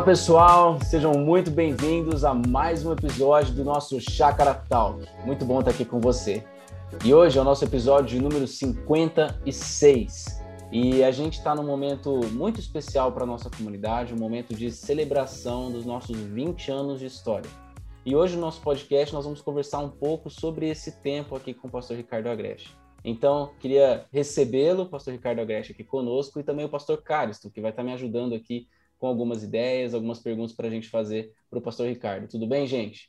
Fala pessoal, sejam muito bem-vindos a mais um episódio do nosso Chácara Talk. Muito bom estar aqui com você. E hoje é o nosso episódio número 56. E a gente está num momento muito especial para a nossa comunidade, um momento de celebração dos nossos 20 anos de história. E hoje no nosso podcast nós vamos conversar um pouco sobre esse tempo aqui com o pastor Ricardo Agreste. Então, queria recebê-lo, o pastor Ricardo Agreste aqui conosco, e também o pastor Cáristo, que vai estar me ajudando aqui com algumas ideias, algumas perguntas para a gente fazer para o pastor Ricardo. Tudo bem, gente?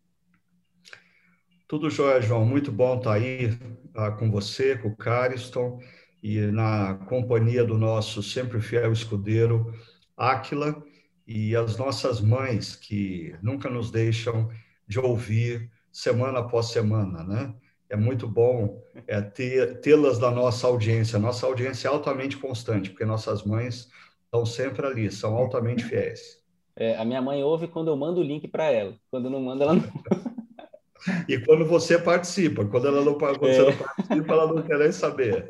Tudo jóia, João. Muito bom estar aí com você, com o Cáriston, e na companhia do nosso sempre fiel escudeiro, Áquila, e as nossas mães, que nunca nos deixam de ouvir semana após semana, né? É muito bom tê-las na nossa audiência. Nossa audiência é altamente constante, porque nossas mães estão sempre ali, são altamente fiéis. A minha mãe ouve quando eu mando o link para ela. Quando não manda, ela não... E quando você participa, quando você não participa, ela não quer nem saber.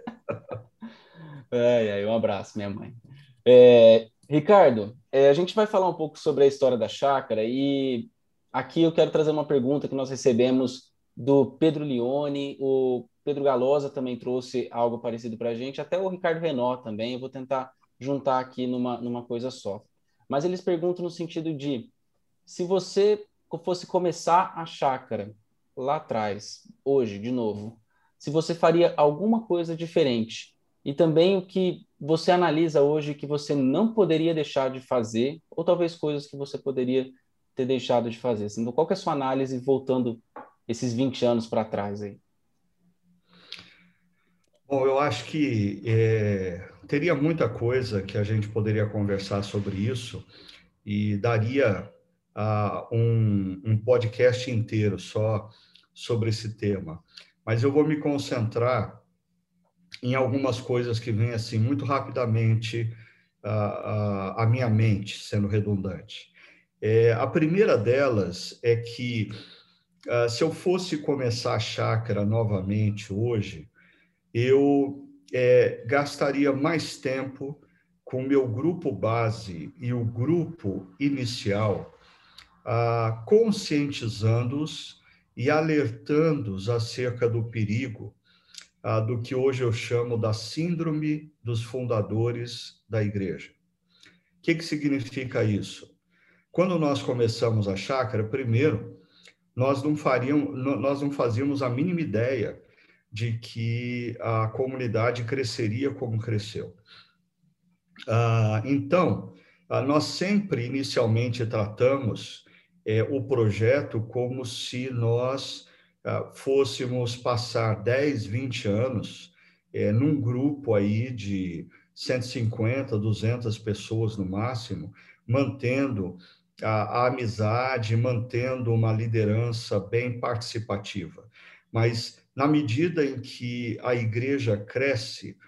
Um abraço, minha mãe. Ricardo, a gente vai falar um pouco sobre a história da chácara e aqui eu quero trazer uma pergunta que nós recebemos do Pedro Leone, o Pedro Galosa também trouxe algo parecido para a gente, até o Ricardo Renó também, eu vou tentar juntar aqui numa coisa só. Mas eles perguntam no sentido de, se você fosse começar a chácara lá atrás, hoje, de novo, se você faria alguma coisa diferente e também o que você analisa hoje que você não poderia deixar de fazer, ou talvez coisas que você poderia ter deixado de fazer. Assim, então, qual que é a sua análise voltando esses 20 anos para trás aí? Bom, eu acho que teria muita coisa que a gente poderia conversar sobre isso e daria um podcast inteiro só sobre esse tema. Mas eu vou me concentrar em algumas coisas que vêm assim muito rapidamente à minha mente, sendo redundante. A primeira delas é que se eu fosse começar a chácara novamente hoje, eu gastaria mais tempo com o meu grupo base e o grupo inicial, conscientizando-os e alertando-os acerca do perigo do que hoje eu chamo da síndrome dos fundadores da igreja. O que significa isso? Quando nós começamos a chácara, primeiro, nós não fazíamos a mínima ideia de que a comunidade cresceria como cresceu. Então, nós sempre inicialmente tratamos o projeto como se nós fôssemos passar 10, 20 anos num grupo aí de 150, 200 pessoas no máximo, mantendo a amizade, mantendo uma liderança bem participativa. Mas, na medida em que a igreja cresce,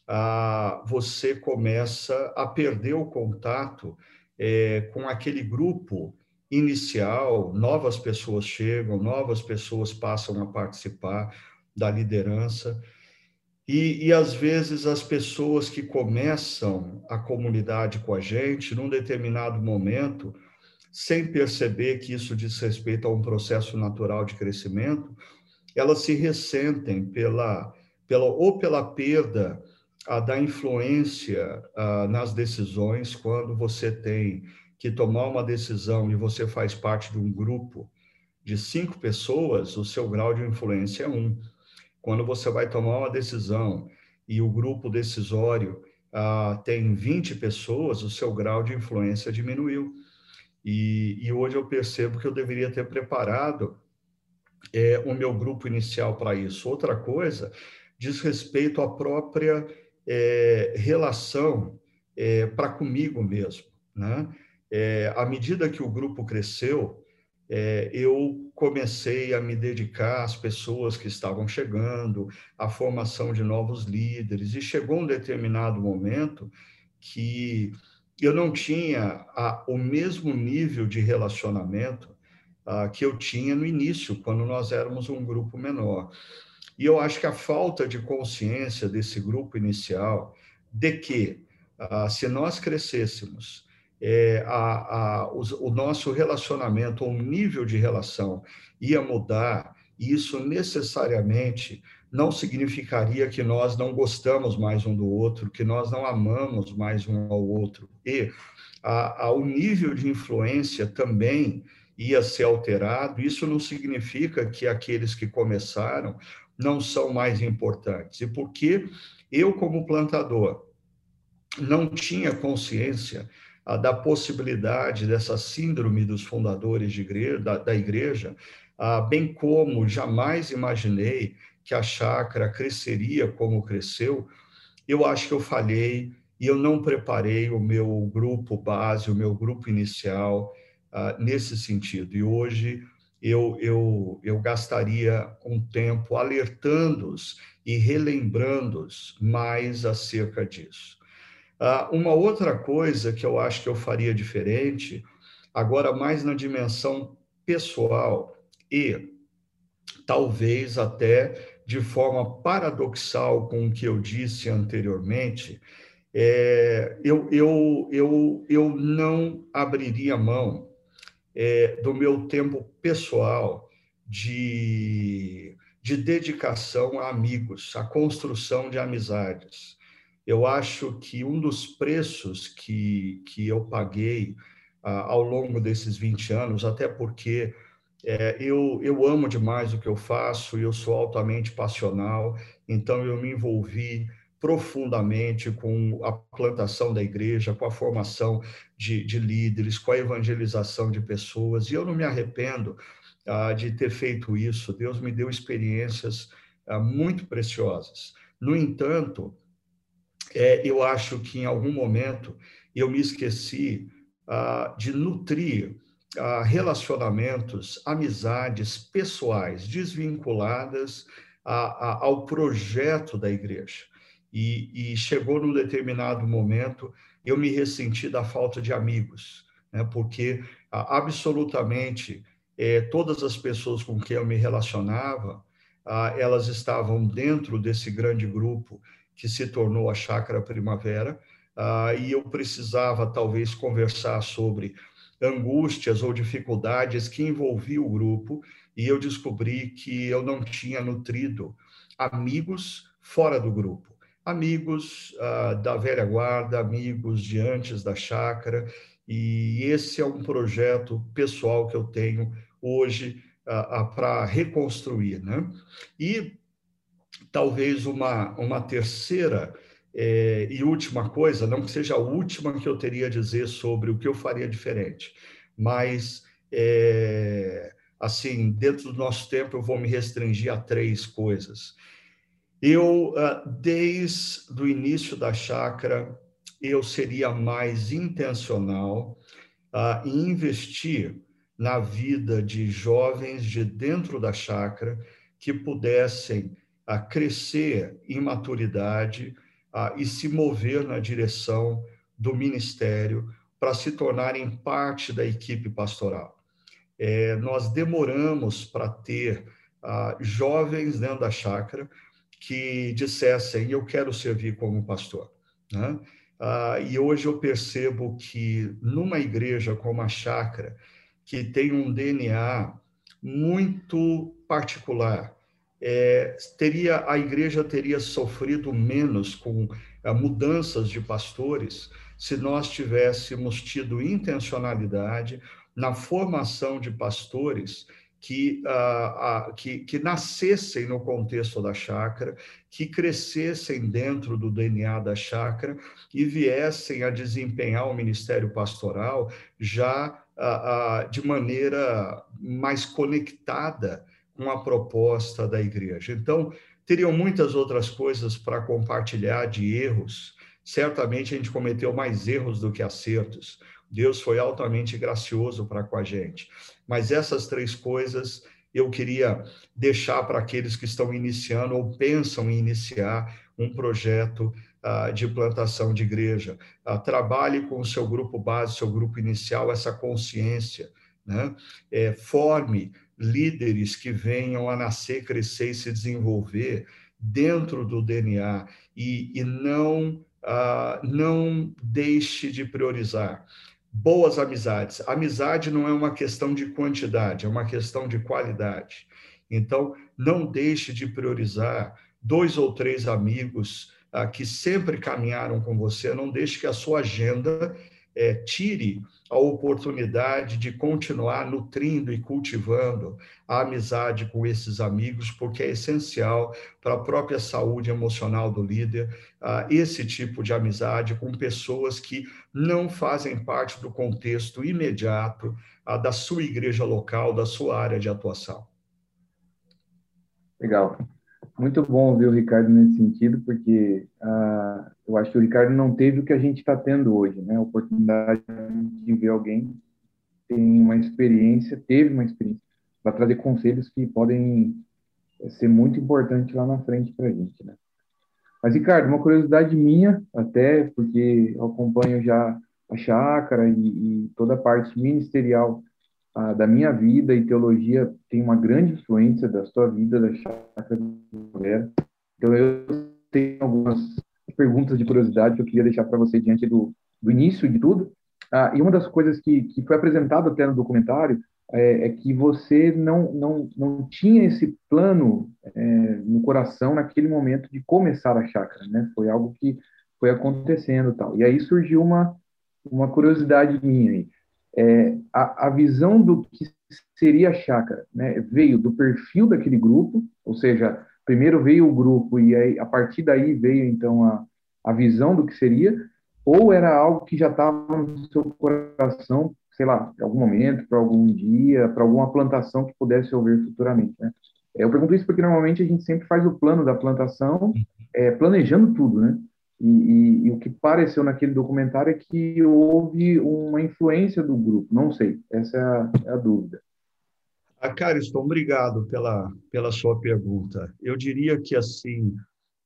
você começa a perder o contato com aquele grupo inicial, novas pessoas chegam, novas pessoas passam a participar da liderança, e às vezes as pessoas que começam a comunidade com a gente, num determinado momento, sem perceber que isso diz respeito a um processo natural de crescimento, elas se ressentem pela perda da influência nas decisões. Quando você tem que tomar uma decisão e você faz parte de um grupo de 5 pessoas, o seu grau de influência é 1. Quando você vai tomar uma decisão e o grupo decisório tem 20 pessoas, o seu grau de influência diminuiu. E hoje eu percebo que eu deveria ter preparado o meu grupo inicial para isso. Outra coisa diz respeito à própria relação para comigo mesmo, né? À medida que o grupo cresceu, eu comecei a me dedicar às pessoas que estavam chegando, à formação de novos líderes, e chegou um determinado momento que eu não tinha o mesmo nível de relacionamento que eu tinha no início, quando nós éramos um grupo menor. E eu acho que a falta de consciência desse grupo inicial, de que se nós crescêssemos o nosso relacionamento, o nível de relação ia mudar, e isso necessariamente não significaria que nós não gostamos mais um do outro, que nós não amamos mais um ao outro. E o nível de influência também ia ser alterado. Isso não significa que aqueles que começaram não são mais importantes. E porque eu, como plantador, não tinha consciência da possibilidade dessa síndrome dos fundadores de igreja, da igreja, bem como jamais imaginei que a chácara cresceria como cresceu, eu acho que eu falhei e eu não preparei o meu grupo base, o meu grupo inicial nesse sentido. E hoje eu gastaria um tempo alertando-os e relembrando-os mais acerca disso. Uma outra coisa que eu acho que eu faria diferente, agora mais na dimensão pessoal e talvez até de forma paradoxal com o que eu disse anteriormente, eu não abriria mão do meu tempo pessoal de dedicação a amigos, a construção de amizades. Eu acho que um dos preços que eu paguei ao longo desses 20 anos, até porque eu amo demais o que eu faço, eu sou altamente passional, então eu me envolvi profundamente com a plantação da igreja, com a formação de líderes, com a evangelização de pessoas, e eu não me arrependo de ter feito isso. Deus me deu experiências muito preciosas. No entanto, eu acho que em algum momento eu me esqueci de nutrir relacionamentos, amizades pessoais desvinculadas ao projeto da igreja. E chegou num determinado momento, eu me ressenti da falta de amigos, né? Porque absolutamente todas as pessoas com quem eu me relacionava, elas estavam dentro desse grande grupo que se tornou a Chácara Primavera, e eu precisava talvez conversar sobre angústias ou dificuldades que envolviam o grupo, e eu descobri que eu não tinha nutrido amigos fora do grupo, amigos da velha guarda, amigos de antes da chácara, e esse é um projeto pessoal que eu tenho hoje para reconstruir, né? E talvez uma terceira e última coisa, não que seja a última que eu teria a dizer sobre o que eu faria diferente, mas, assim, dentro do nosso tempo, eu vou me restringir a 3 coisas. Desde o início da chácara, eu seria mais intencional em investir na vida de jovens de dentro da chácara que pudessem crescer em maturidade e se mover na direção do ministério para se tornarem parte da equipe pastoral. Nós demoramos para ter jovens dentro da chácara que dissessem, eu quero servir como pastor, né? E hoje eu percebo que numa igreja como a Chácara, que tem um DNA muito particular, a igreja teria sofrido menos com mudanças de pastores se nós tivéssemos tido intencionalidade na formação de pastores que nascessem no contexto da chácara, que crescessem dentro do DNA da chácara e viessem a desempenhar o ministério pastoral já de maneira mais conectada com a proposta da igreja. Então, teriam muitas outras coisas para compartilhar de erros. Certamente a gente cometeu mais erros do que acertos. Deus foi altamente gracioso para com a gente. Mas essas 3 coisas eu queria deixar para aqueles que estão iniciando ou pensam em iniciar um projeto de plantação de igreja. Trabalhe com o seu grupo base, seu grupo inicial, essa consciência, né? Forme líderes que venham a nascer, crescer e se desenvolver dentro do DNA e não deixe de priorizar boas amizades. Amizade não é uma questão de quantidade, é uma questão de qualidade. Então, não deixe de priorizar 2 ou 3 amigos que sempre caminharam com você, não deixe que a sua agenda tire a oportunidade de continuar nutrindo e cultivando a amizade com esses amigos, porque é essencial para a própria saúde emocional do líder, esse tipo de amizade com pessoas que não fazem parte do contexto imediato da sua igreja local, da sua área de atuação. Legal. Muito bom ouvir o Ricardo nesse sentido, porque eu acho que o Ricardo não teve o que a gente está tendo hoje, né? A oportunidade de ver alguém que tem uma experiência, teve uma experiência, para trazer conselhos que podem ser muito importantes lá na frente para a gente, né? Mas, Ricardo, uma curiosidade minha, até porque eu acompanho já a chácara e toda a parte ministerial da minha vida, e teologia tem uma grande influência da sua vida, da chácara do Vera. Então, eu tenho algumas perguntas de curiosidade que eu queria deixar para você diante do início de tudo. E uma das coisas que foi apresentado até no documentário é que você não tinha esse plano no coração naquele momento de começar a chácara, né? Foi algo que foi acontecendo e tal. E aí surgiu uma curiosidade minha aí. A visão do que seria a chácara, né, veio do perfil daquele grupo, ou seja, primeiro veio o grupo e aí, a partir daí veio então a visão do que seria, ou era algo que já estava no seu coração, sei lá, em algum momento, para algum dia, para alguma plantação que pudesse ocorrer futuramente, né? Eu pergunto isso porque normalmente a gente sempre faz o plano da plantação, planejando tudo, né? E o que pareceu naquele documentário é que houve uma influência do grupo, não sei, essa é a dúvida. Cariston, obrigado pela sua pergunta. Eu diria que, assim,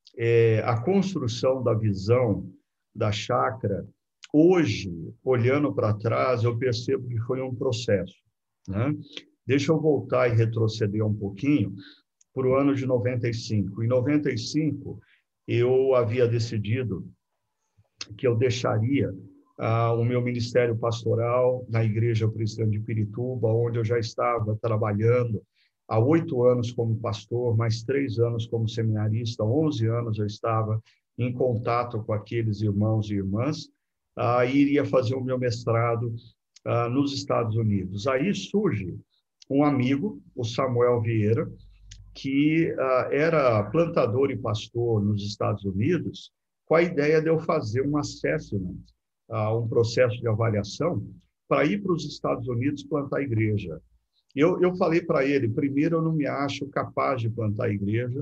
a construção da visão da chácara, hoje, olhando para trás, eu percebo que foi um processo, né? Deixa eu voltar e retroceder um pouquinho para o ano de 95. Em 95, eu havia decidido que eu deixaria o meu ministério pastoral na Igreja Presbiteriana de Pirituba, onde eu já estava trabalhando há 8 anos como pastor, mais 3 anos como seminarista, 11 anos eu estava em contato com aqueles irmãos e irmãs, e iria fazer o meu mestrado nos Estados Unidos. Aí surge um amigo, o Samuel Vieira, que era plantador e pastor nos Estados Unidos, com a ideia de eu fazer um assessment, um processo de avaliação, para ir para os Estados Unidos plantar igreja. Eu falei para ele, primeiro, eu não me acho capaz de plantar igreja,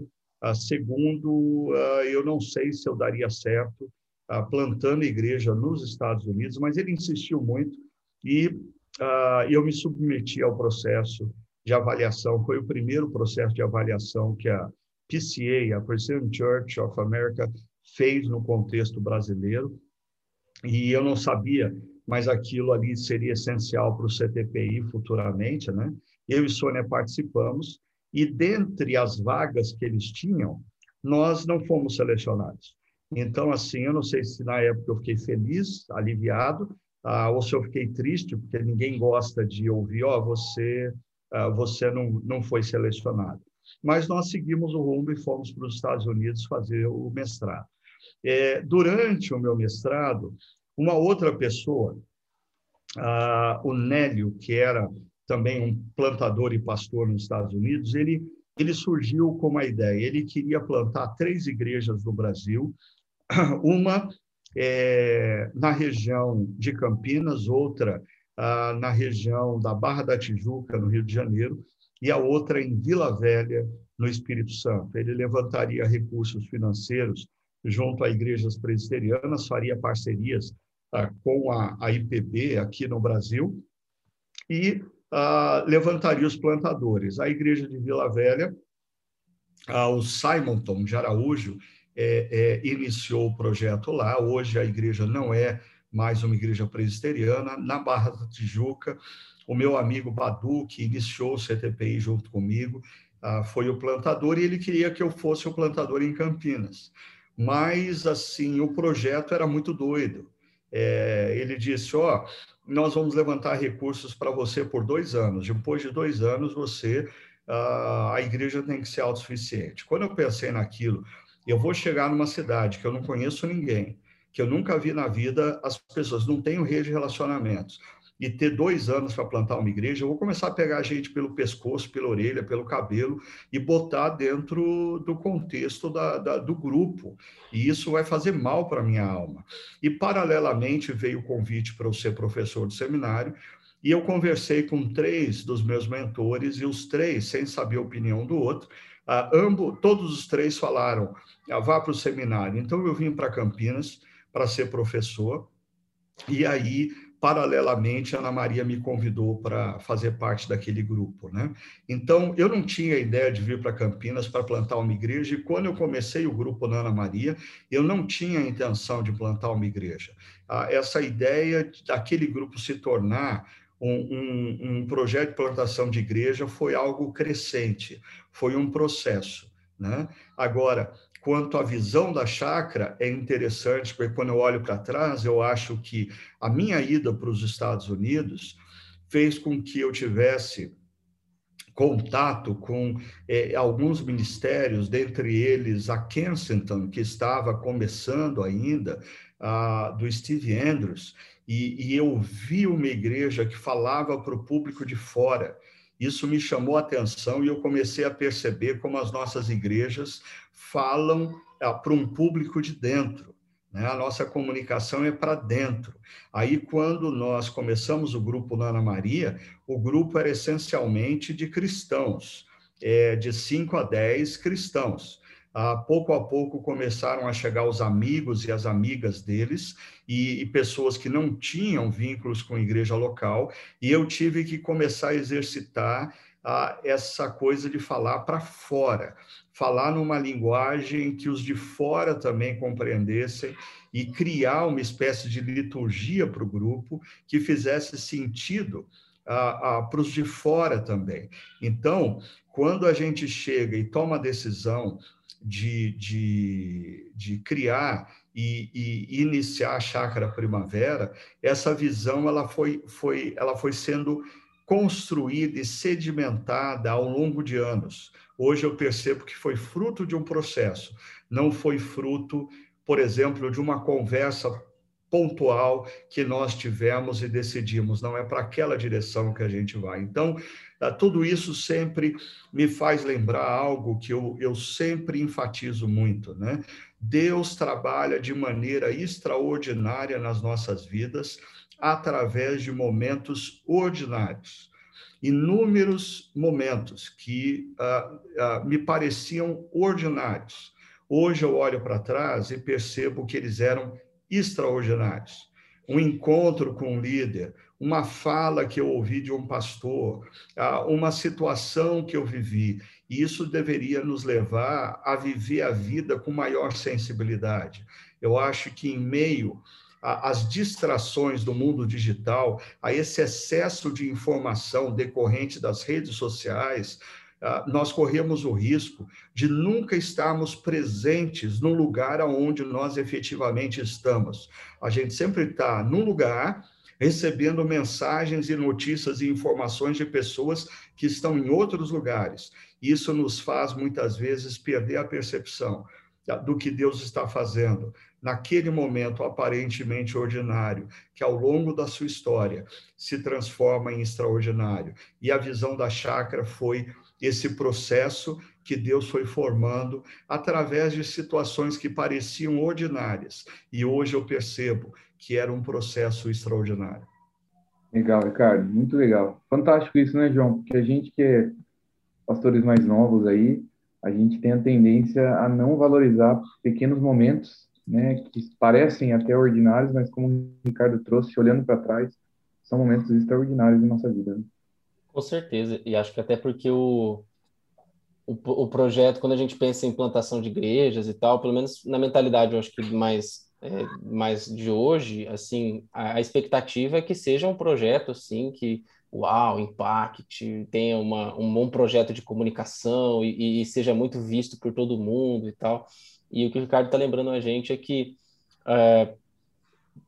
segundo, eu não sei se eu daria certo plantando igreja nos Estados Unidos, mas ele insistiu muito e eu me submeti ao processo de avaliação. Foi o primeiro processo de avaliação que a PCA, a Presbyterian Church of America, fez no contexto brasileiro, e eu não sabia, mas aquilo ali seria essencial para o CTPI futuramente, né? Eu e Sônia participamos, e dentre as vagas que eles tinham, nós não fomos selecionados. Então, assim, eu não sei se na época eu fiquei feliz, aliviado, ou se eu fiquei triste, porque ninguém gosta de ouvir, você não foi selecionado. Mas nós seguimos o rumo e fomos para os Estados Unidos fazer o mestrado. Durante o meu mestrado, uma outra pessoa, o Nélio, que era também um plantador e pastor nos Estados Unidos, ele surgiu com uma ideia. Ele queria plantar 3 igrejas no Brasil, uma na região de Campinas, outra na região da Barra da Tijuca, no Rio de Janeiro, e a outra em Vila Velha, no Espírito Santo. Ele levantaria recursos financeiros junto a igrejas presbiterianas, faria parcerias com a IPB aqui no Brasil e levantaria os plantadores. A igreja de Vila Velha, o Simonton de Araújo, iniciou o projeto lá. Hoje a igreja não é mais uma igreja presbiteriana. Na Barra da Tijuca, o meu amigo Badu, que iniciou o CTPI junto comigo, foi o plantador, e ele queria que eu fosse o plantador em Campinas. Mas, assim, o projeto era muito doido. Ele disse, nós vamos levantar recursos para você por 2 anos. Depois de 2 anos, a igreja tem que ser autossuficiente. Quando eu pensei naquilo, eu vou chegar numa cidade que eu não conheço ninguém, que eu nunca vi na vida as pessoas, não tenho rede de relacionamentos, e ter 2 anos para plantar uma igreja, eu vou começar a pegar a gente pelo pescoço, pela orelha, pelo cabelo, e botar dentro do contexto do grupo, e isso vai fazer mal para a minha alma. E, paralelamente, veio o convite para eu ser professor de seminário, e eu conversei com 3 dos meus mentores, e os 3, sem saber a opinião do outro, todos os 3 falaram, vá para o seminário. Então, eu vim para Campinas para ser professor, e aí, paralelamente, a Ana Maria me convidou para fazer parte daquele grupo, né? Então, eu não tinha ideia de vir para Campinas para plantar uma igreja, e quando eu comecei o grupo na Ana Maria, eu não tinha a intenção de plantar uma igreja. Essa ideia daquele grupo se tornar um projeto de plantação de igreja foi algo crescente, foi um processo, né? Agora, quanto à visão da chácara, é interessante, porque quando eu olho para trás, eu acho que a minha ida para os Estados Unidos fez com que eu tivesse contato com alguns ministérios, dentre eles a Kensington, que estava começando ainda, do Steve Andrews, e eu vi uma igreja que falava para o público de fora. Isso me chamou a atenção e eu comecei a perceber como as nossas igrejas falam para um público de dentro, né? A nossa comunicação é para dentro. Aí, quando nós começamos o grupo na Ana Maria, o grupo era essencialmente de cristãos, de 5 a 10 cristãos. Pouco a pouco começaram a chegar os amigos e as amigas deles, e pessoas que não tinham vínculos com a igreja local, e eu tive que começar a exercitar essa coisa de falar para fora, falar numa linguagem que os de fora também compreendessem, e criar uma espécie de liturgia para o grupo que fizesse sentido para os de fora também. Então, quando a gente chega e toma a decisão de criar e iniciar a Chácara Primavera, essa visão ela foi sendo construída e sedimentada ao longo de anos. Hoje eu percebo que foi fruto de um processo, não foi fruto, por exemplo, de uma conversa pontual que nós tivemos e decidimos, não é para aquela direção que a gente vai. Então, tudo isso sempre me faz lembrar algo que eu sempre enfatizo muito, né? Deus trabalha de maneira extraordinária nas nossas vidas, através de momentos ordinários. Inúmeros momentos que me pareciam ordinários. Hoje eu olho para trás e percebo que eles eram extraordinários. Um encontro com um líder, uma fala que eu ouvi de um pastor, uma situação que eu vivi. E isso deveria nos levar a viver a vida com maior sensibilidade. Eu acho que em meio às distrações do mundo digital, a esse excesso de informação decorrente das redes sociais, nós corremos o risco de nunca estarmos presentes no lugar onde nós efetivamente estamos. A gente sempre está num lugar recebendo mensagens e notícias e informações de pessoas que estão em outros lugares. Isso nos faz, muitas vezes, perder a percepção do que Deus está fazendo naquele momento aparentemente ordinário, que ao longo da sua história se transforma em extraordinário. E a visão da chácara foi esse processo que Deus foi formando através de situações que pareciam ordinárias. E hoje eu percebo que era um processo extraordinário. Legal, Ricardo, muito legal. Fantástico isso, né, João? Porque a gente que é pastores mais novos aí, a gente tem a tendência a não valorizar pequenos momentos, né, que parecem até ordinários, mas como o Ricardo trouxe, olhando para trás, são momentos extraordinários em nossa vida, né? Com certeza, e acho que até porque o projeto, quando a gente pensa em implantação de igrejas e tal, pelo menos na mentalidade, eu acho que mais de hoje, assim, a expectativa é que seja um projeto, assim, que, uau, impacte, tenha um bom projeto de comunicação e seja muito visto por todo mundo e tal. E o que o Ricardo está lembrando a gente é que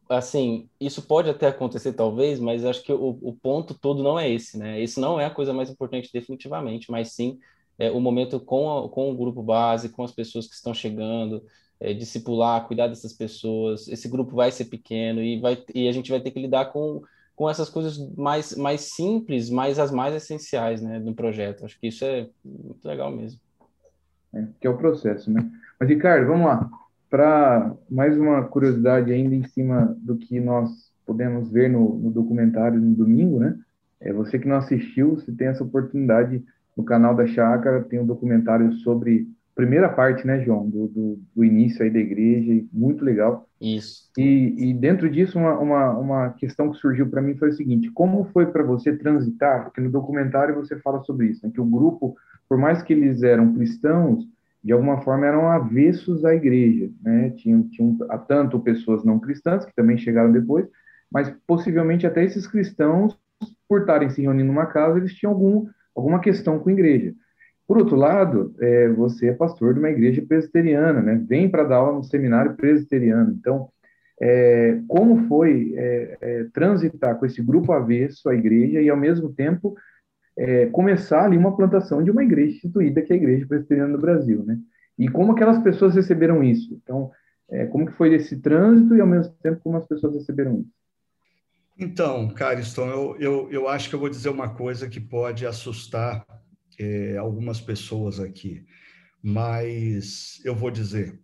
assim, isso pode até acontecer talvez, mas acho que o ponto todo não é esse, né? Esse não é a coisa mais importante definitivamente, mas sim o momento com o grupo base, com as pessoas que estão chegando, discipular, cuidar dessas pessoas. Esse grupo vai ser pequeno e a gente vai ter que lidar com essas coisas mais simples, mas as mais essenciais, né, do projeto. Acho que isso é muito legal mesmo. Que é o processo, né? Mas, Ricardo, vamos lá. Para mais uma curiosidade ainda em cima do que nós podemos ver no documentário no domingo, né? Você que não assistiu, se tem essa oportunidade no canal da Chácara, tem um documentário sobre a primeira parte, né, João, do início aí da igreja, muito legal. Isso. E dentro disso, uma questão que surgiu para mim foi o seguinte: como foi para você transitar? Porque no documentário você fala sobre isso, né, que o grupo, por mais que eles eram cristãos, de alguma forma eram avessos à igreja, né? Tinham tanto pessoas não cristãs, que também chegaram depois, mas possivelmente até esses cristãos, por estarem se reunindo numa casa, eles tinham alguma questão com a igreja. Por outro lado, você é pastor de uma igreja presbiteriana, né? Vem para dar aula no seminário presbiteriano. Então, como foi transitar com esse grupo avesso à igreja e, ao mesmo tempo, começar ali uma plantação de uma igreja instituída, que é a Igreja Presbiteriana do Brasil, né? E como aquelas pessoas receberam isso? Então, como que foi esse trânsito e, ao mesmo tempo, como as pessoas receberam isso? Então, Cariston, eu acho que eu vou dizer uma coisa que pode assustar algumas pessoas aqui, mas eu vou dizer.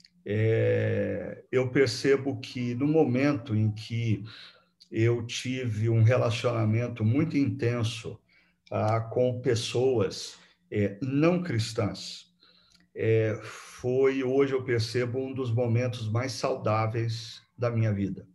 Eu percebo que no momento em que eu tive um relacionamento muito intenso com pessoas não cristãs, foi, hoje eu percebo, um dos momentos mais saudáveis da minha vida.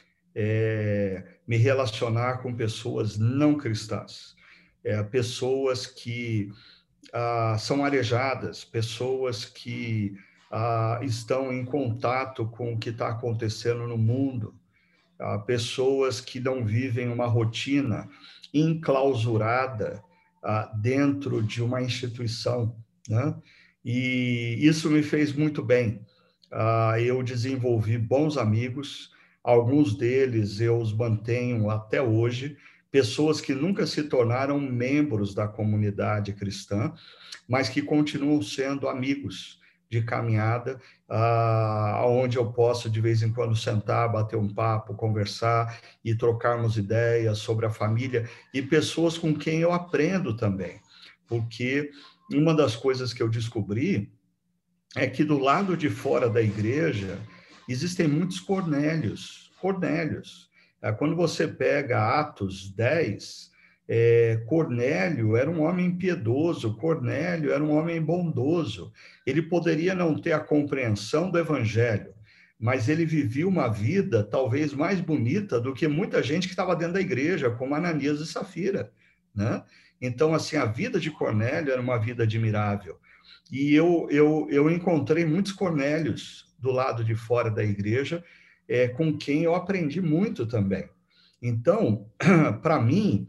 Me relacionar com pessoas não cristãs, pessoas que são arejadas, pessoas que estão em contato com o que está acontecendo no mundo, pessoas que não vivem uma rotina enclausurada dentro de uma instituição, né? E isso me fez muito bem. Eu desenvolvi bons amigos, alguns deles eu os mantenho até hoje, pessoas que nunca se tornaram membros da comunidade cristã, mas que continuam sendo amigos de caminhada, onde eu posso, de vez em quando, sentar, bater um papo, conversar e trocarmos ideias sobre a família, e pessoas com quem eu aprendo também, porque uma das coisas que eu descobri é que do lado de fora da igreja existem muitos Cornélios. Quando você pega Atos 10, Cornélio era um homem piedoso, Cornélio era um homem bondoso. Ele poderia não ter a compreensão do evangelho, mas ele vivia uma vida talvez mais bonita do que muita gente que estava dentro da igreja, como Ananias e Safira, né? Então, assim, a vida de Cornélio era uma vida admirável. E eu encontrei muitos Cornélios do lado de fora da igreja, com quem eu aprendi muito também. Então, para mim,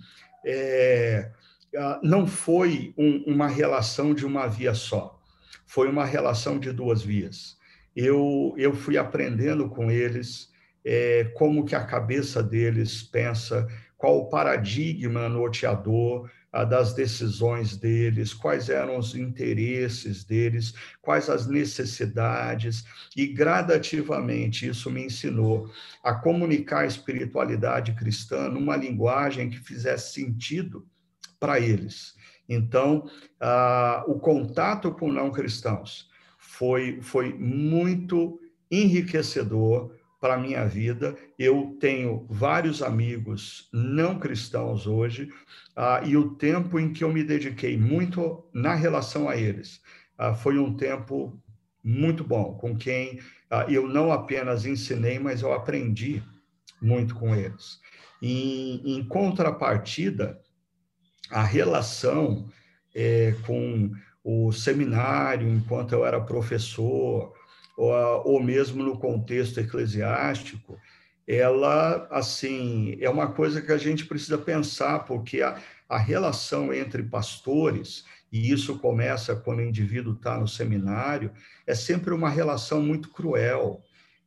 não foi uma relação de uma via só, foi uma relação de duas vias. Eu fui aprendendo com eles como que a cabeça deles pensa, qual o paradigma norteador das decisões deles, quais eram os interesses deles, quais as necessidades, e gradativamente isso me ensinou a comunicar a espiritualidade cristã numa linguagem que fizesse sentido para eles. Então, o contato com não cristãos foi muito enriquecedor para a minha vida. Eu tenho vários amigos não cristãos hoje, e o tempo em que eu me dediquei muito na relação a eles foi um tempo muito bom, com quem eu não apenas ensinei, mas eu aprendi muito com eles. Em contrapartida, a relação com o seminário, enquanto eu era professor, ou mesmo no contexto eclesiástico, ela, assim, é uma coisa que a gente precisa pensar, porque a relação entre pastores, e isso começa quando o indivíduo está no seminário, é sempre uma relação muito cruel,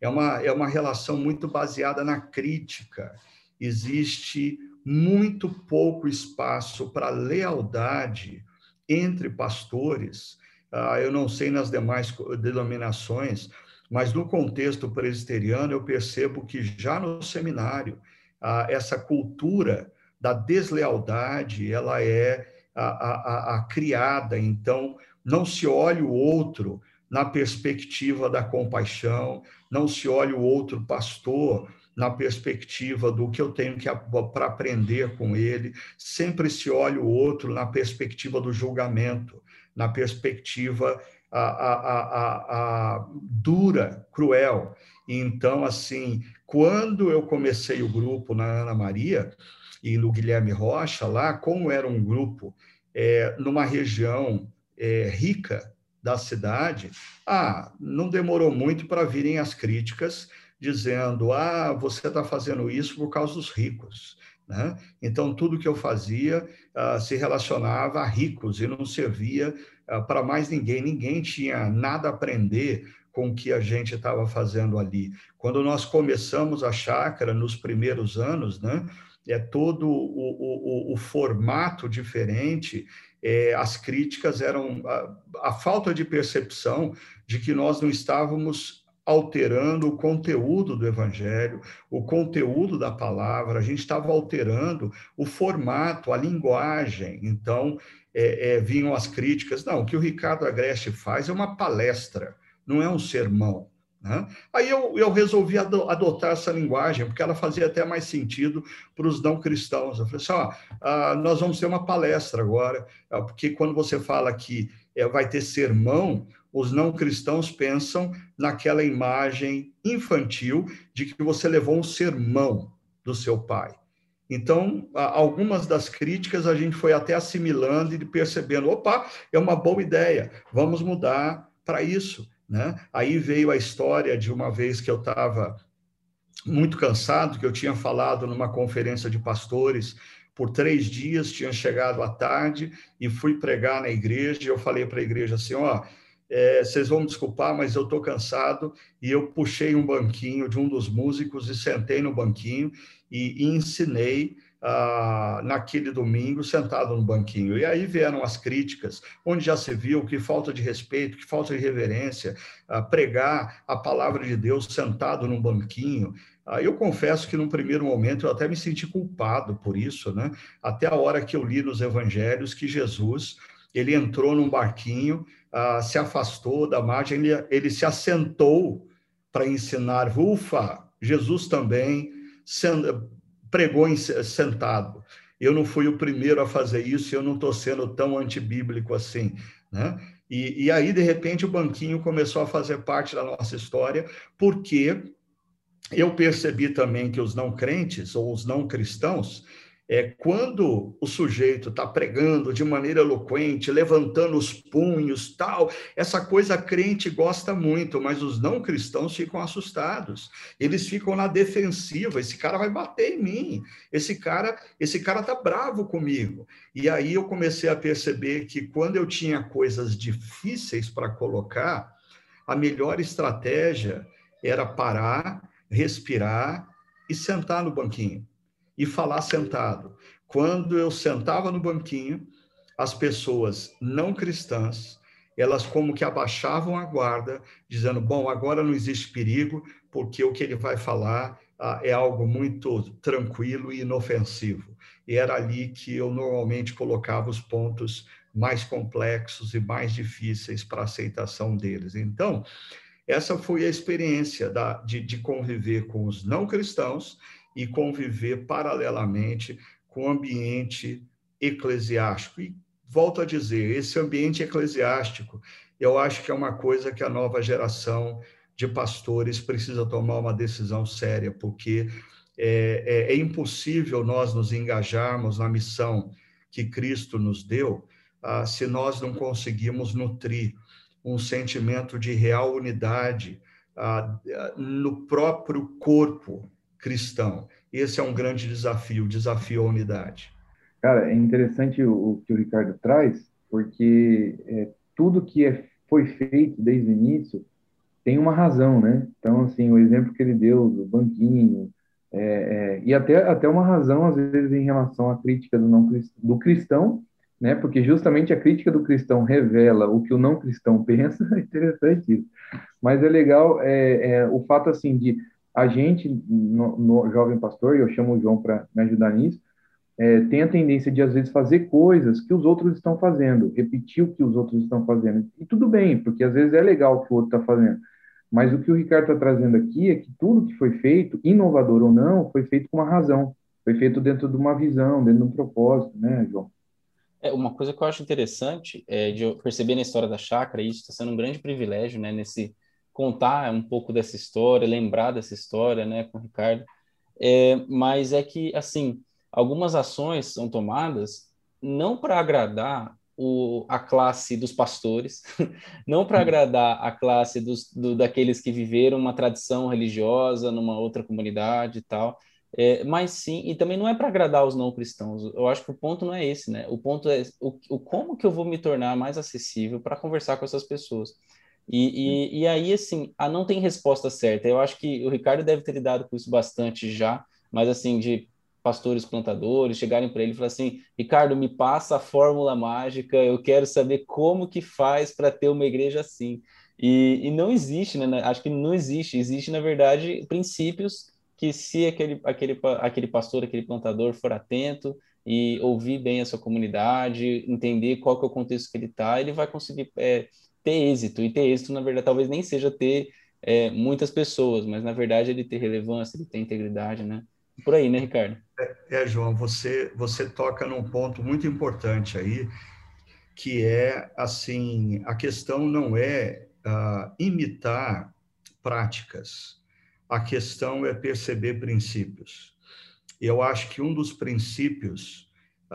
é uma relação muito baseada na crítica. Existe muito pouco espaço para lealdade entre pastores. Eu não sei nas demais denominações, mas no contexto presbiteriano eu percebo que já no seminário essa cultura da deslealdade ela é criada. Então não se olha o outro na perspectiva da compaixão, não se olha o outro pastor na perspectiva do que eu tenho para aprender com ele, sempre se olha o outro na perspectiva do julgamento, na perspectiva dura, cruel. Então, assim, quando eu comecei o grupo na Ana Maria e no Guilherme Rocha, lá, como era um grupo numa região rica da cidade, não demorou muito para virem as críticas dizendo, você está fazendo isso por causa dos ricos, né? Então, tudo que eu fazia se relacionava a ricos e não servia para mais ninguém. Ninguém tinha nada a aprender com o que a gente estava fazendo ali. Quando nós começamos a chácara, nos primeiros anos, né, todo o formato diferente, as críticas eram a falta de percepção de que nós não estávamos alterando o conteúdo do evangelho, o conteúdo da palavra, a gente estava alterando o formato, a linguagem. Então, vinham as críticas, não, o que o Ricardo Agreste faz é uma palestra, não é um sermão, né? Aí eu resolvi adotar essa linguagem, porque ela fazia até mais sentido para os não cristãos. Eu falei assim, nós vamos ter uma palestra agora, porque quando você fala que vai ter sermão, os não cristãos pensam naquela imagem infantil de que você levou um sermão do seu pai. Então, algumas das críticas a gente foi até assimilando e percebendo, opa, é uma boa ideia, vamos mudar para isso, né? Aí veio a história de uma vez que eu estava muito cansado, que eu tinha falado numa conferência de pastores por 3 dias, tinha chegado à tarde e fui pregar na igreja, e eu falei para a igreja assim, vocês vão me desculpar, mas eu estou cansado, e eu puxei um banquinho de um dos músicos e sentei no banquinho e ensinei naquele domingo, sentado no banquinho. E aí vieram as críticas, onde já se viu que falta de respeito, que falta de reverência, pregar a palavra de Deus sentado num banquinho. Eu confesso que, num primeiro momento, eu até me senti culpado por isso, né? Até a hora que eu li nos evangelhos que Jesus, ele entrou num barquinho, se afastou da margem, ele se assentou para ensinar. Ufa, Jesus também pregou sentado. Eu não fui o primeiro a fazer isso, eu não estou sendo tão antibíblico assim, né? E aí, de repente, o banquinho começou a fazer parte da nossa história, porque eu percebi também que os não crentes ou os não cristãos, quando o sujeito está pregando de maneira eloquente, levantando os punhos, tal, essa coisa a crente gosta muito, mas os não cristãos ficam assustados. Eles ficam na defensiva, esse cara vai bater em mim, esse cara está bravo comigo. E aí eu comecei a perceber que quando eu tinha coisas difíceis para colocar, a melhor estratégia era parar, respirar e sentar no banquinho e falar sentado. Quando eu sentava no banquinho, as pessoas não cristãs, elas como que abaixavam a guarda, dizendo, bom, agora não existe perigo, porque o que ele vai falar é algo muito tranquilo e inofensivo. E era ali que eu normalmente colocava os pontos mais complexos e mais difíceis para a aceitação deles. Então, essa foi a experiência de conviver com os não cristãos e conviver paralelamente com o ambiente eclesiástico. E volto a dizer, esse ambiente eclesiástico, eu acho que é uma coisa que a nova geração de pastores precisa tomar uma decisão séria, porque é impossível nós nos engajarmos na missão que Cristo nos deu, se nós não conseguimos nutrir um sentimento de real unidade no próprio corpo cristão. Esse é um grande desafio, o desafio à unidade. Cara, é interessante o que o Ricardo traz, porque tudo que foi feito desde o início tem uma razão, né? Então, assim, o exemplo que ele deu do banquinho, e até uma razão, às vezes, em relação à crítica do cristão, né? Porque justamente a crítica do cristão revela o que o não cristão pensa, é interessante isso. Mas é legal o fato, assim, de a gente, no Jovem Pastor, e eu chamo o João para me ajudar nisso, tem a tendência de, às vezes, fazer coisas que os outros estão fazendo, repetir o que os outros estão fazendo. E tudo bem, porque às vezes é legal o que o outro está fazendo. Mas o que o Ricardo está trazendo aqui é que tudo que foi feito, inovador ou não, foi feito com uma razão. Foi feito dentro de uma visão, dentro de um propósito, né, João? Uma coisa que eu acho interessante de eu perceber na história da chácara, e isso está sendo um grande privilégio, né, nesse contar um pouco dessa história, lembrar dessa história, né, com o Ricardo, mas é que, assim, algumas ações são tomadas não para agradar a classe dos pastores, não para agradar a classe daqueles que viveram uma tradição religiosa numa outra comunidade e tal, mas sim, e também não é para agradar os não cristãos. Eu acho que o ponto não é esse, né? O ponto é como que eu vou me tornar mais acessível para conversar com essas pessoas. E aí, assim, não tem resposta certa. Eu acho que o Ricardo deve ter lidado com isso bastante já, mas assim, de pastores plantadores chegarem para ele e falar assim: Ricardo, me passa a fórmula mágica, eu quero saber como que faz para ter uma igreja assim. E não existe, né? Acho que não existe. Existe, na verdade, princípios que se aquele pastor, aquele plantador for atento e ouvir bem a sua comunidade, entender qual que é o contexto que ele está, ele vai conseguir ter êxito. E ter êxito, na verdade, talvez nem seja ter muitas pessoas, mas na verdade ele ter relevância, ele ter integridade, né? Por aí, né, Ricardo? João, você toca num ponto muito importante aí, que é, assim, a questão não é imitar práticas, a questão é perceber princípios. Eu acho que um dos princípios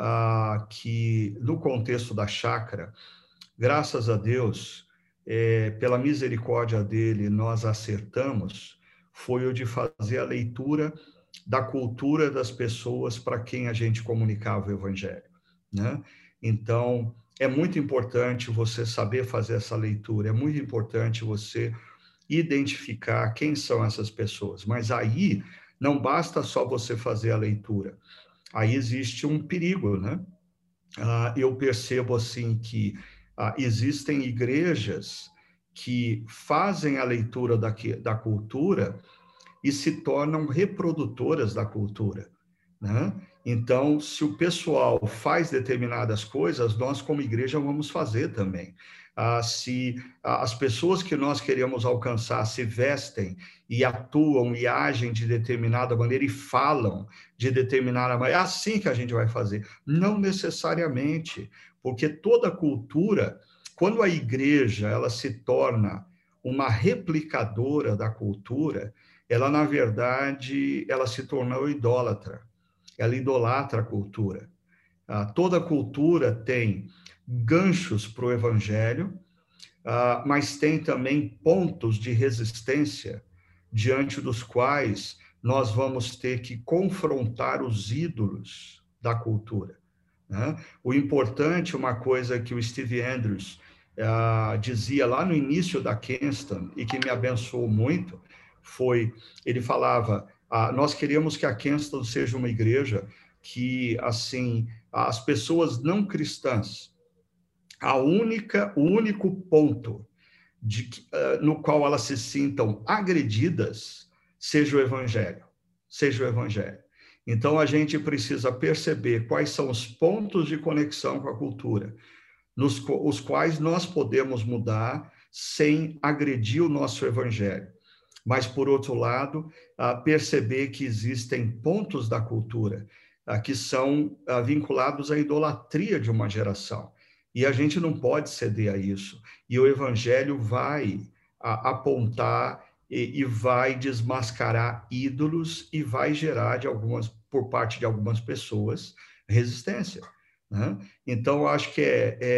que, no contexto da chácara, graças a Deus, pela misericórdia dele, nós acertamos, foi o de fazer a leitura da cultura das pessoas para quem a gente comunicava o evangelho, né? Então, é muito importante você saber fazer essa leitura, é muito importante você identificar quem são essas pessoas, mas aí não basta só você fazer a leitura, aí existe um perigo, né? Eu percebo assim que existem igrejas que fazem a leitura da cultura e se tornam reprodutoras da cultura, né? Então, se o pessoal faz determinadas coisas, nós como igreja vamos fazer também. Se as pessoas que nós queremos alcançar se vestem e atuam e agem de determinada maneira e falam de determinada maneira, é assim que a gente vai fazer. Não necessariamente, porque toda cultura, quando a igreja ela se torna uma replicadora da cultura, ela, na verdade, ela se tornou idólatra. Ela idolatra a cultura. Toda cultura tem ganchos para o evangelho, mas tem também pontos de resistência diante dos quais nós vamos ter que confrontar os ídolos da cultura, né? O importante, uma coisa que o Steve Andrews dizia lá no início da Kenston e que me abençoou muito, ele falava, nós queremos que a Kenston seja uma igreja que, assim, as pessoas não cristãs, o único ponto no qual elas se sintam agredidas seja o evangelho, seja o evangelho. Então, a gente precisa perceber quais são os pontos de conexão com a cultura, os quais nós podemos mudar sem agredir o nosso evangelho. Mas, por outro lado, perceber que existem pontos da cultura que são vinculados à idolatria de uma geração. E a gente não pode ceder a isso. E o evangelho vai apontar e vai desmascarar ídolos e vai gerar, por parte de algumas pessoas, resistência, né? Então, acho que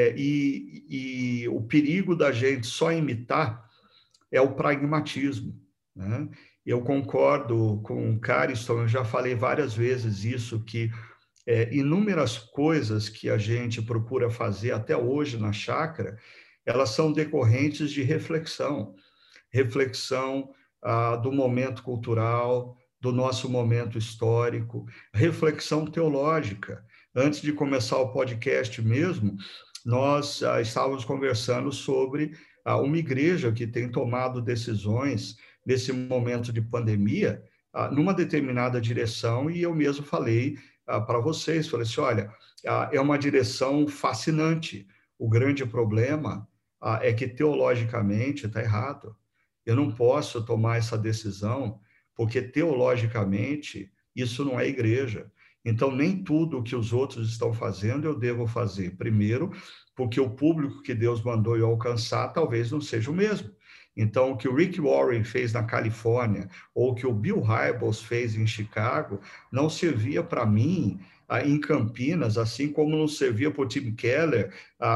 e o perigo da gente só imitar é o pragmatismo, né? Eu concordo com o Cariston, eu já falei várias vezes isso, que inúmeras coisas que a gente procura fazer até hoje na chácara, elas são decorrentes de reflexão. reflexão do momento cultural, do nosso momento histórico, reflexão teológica. Antes de começar o podcast mesmo, nós estávamos conversando sobre uma igreja que tem tomado decisões nesse momento de pandemia, numa determinada direção, e eu mesmo falei para vocês, falei assim, olha, é uma direção fascinante. O grande problema é que teologicamente está errado. Eu não posso tomar essa decisão, porque teologicamente isso não é igreja. Então, nem tudo o que os outros estão fazendo eu devo fazer. Primeiro, porque o público que Deus mandou eu alcançar talvez não seja o mesmo. Então, o que o Rick Warren fez na Califórnia, ou o que o Bill Hybels fez em Chicago, não servia para mim em Campinas, assim como não servia para o Tim Keller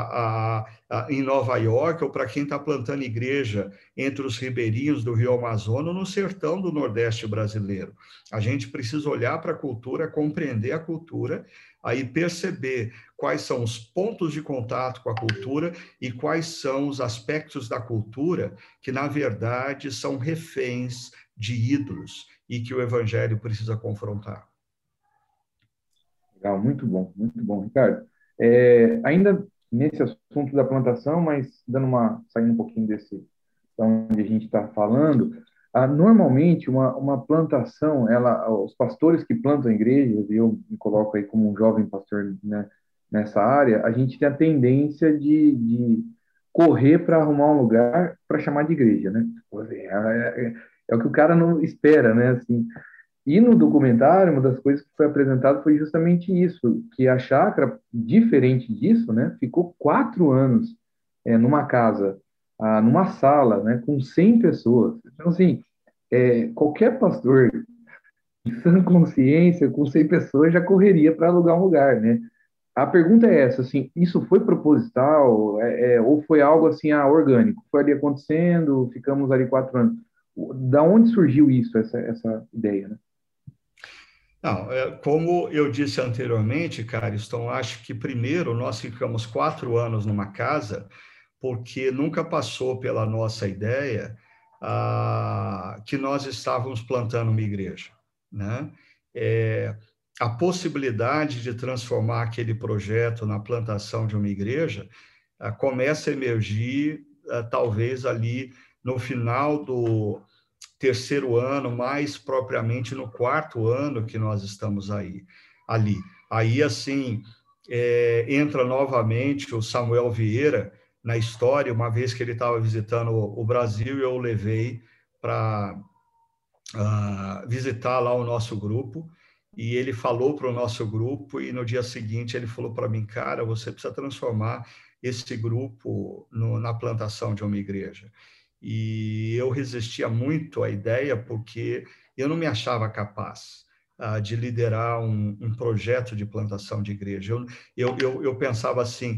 em Nova York, ou para quem está plantando igreja entre os ribeirinhos do Rio Amazonas, no sertão do Nordeste brasileiro. A gente precisa olhar para a cultura, compreender a cultura, aí perceber quais são os pontos de contato com a cultura e quais são os aspectos da cultura que, na verdade, são reféns de ídolos e que o evangelho precisa confrontar. Legal, muito bom, Ricardo. Ainda nesse assunto da plantação, mas saindo um pouquinho desse, da onde a gente está falando, normalmente uma plantação, os pastores que plantam igrejas, e eu me coloco aí como um jovem pastor, né, nessa área, a gente tem a tendência de correr para arrumar um lugar para chamar de igreja, né? É o que o cara não espera, né? Assim, e no documentário, uma das coisas que foi apresentado foi justamente isso, que a chácara, diferente disso, né, ficou 4 anos numa casa, numa sala, né, com 100 pessoas. Então, assim, qualquer pastor de sã consciência, com 100 pessoas, já correria para alugar um lugar, né? A pergunta é essa, assim, isso foi proposital, ou foi algo assim, orgânico? Foi ali acontecendo, ficamos ali 4 anos. Da onde surgiu isso, essa ideia, né? Não, como eu disse anteriormente, Cariston, acho que primeiro nós ficamos 4 anos numa casa porque nunca passou pela nossa ideia que nós estávamos plantando uma igreja, né? A possibilidade de transformar aquele projeto na plantação de uma igreja começa a emergir talvez ali no final do terceiro ano, mais propriamente no quarto ano que nós estamos ali. Aí, assim, entra novamente o Samuel Vieira na história, uma vez que ele estava visitando o Brasil, eu o levei para visitar lá o nosso grupo, e ele falou para o nosso grupo, e no dia seguinte ele falou para mim, cara, você precisa transformar esse grupo na plantação de uma igreja. E eu resistia muito à ideia, porque eu não me achava capaz de liderar um projeto de plantação de igreja. Eu pensava assim,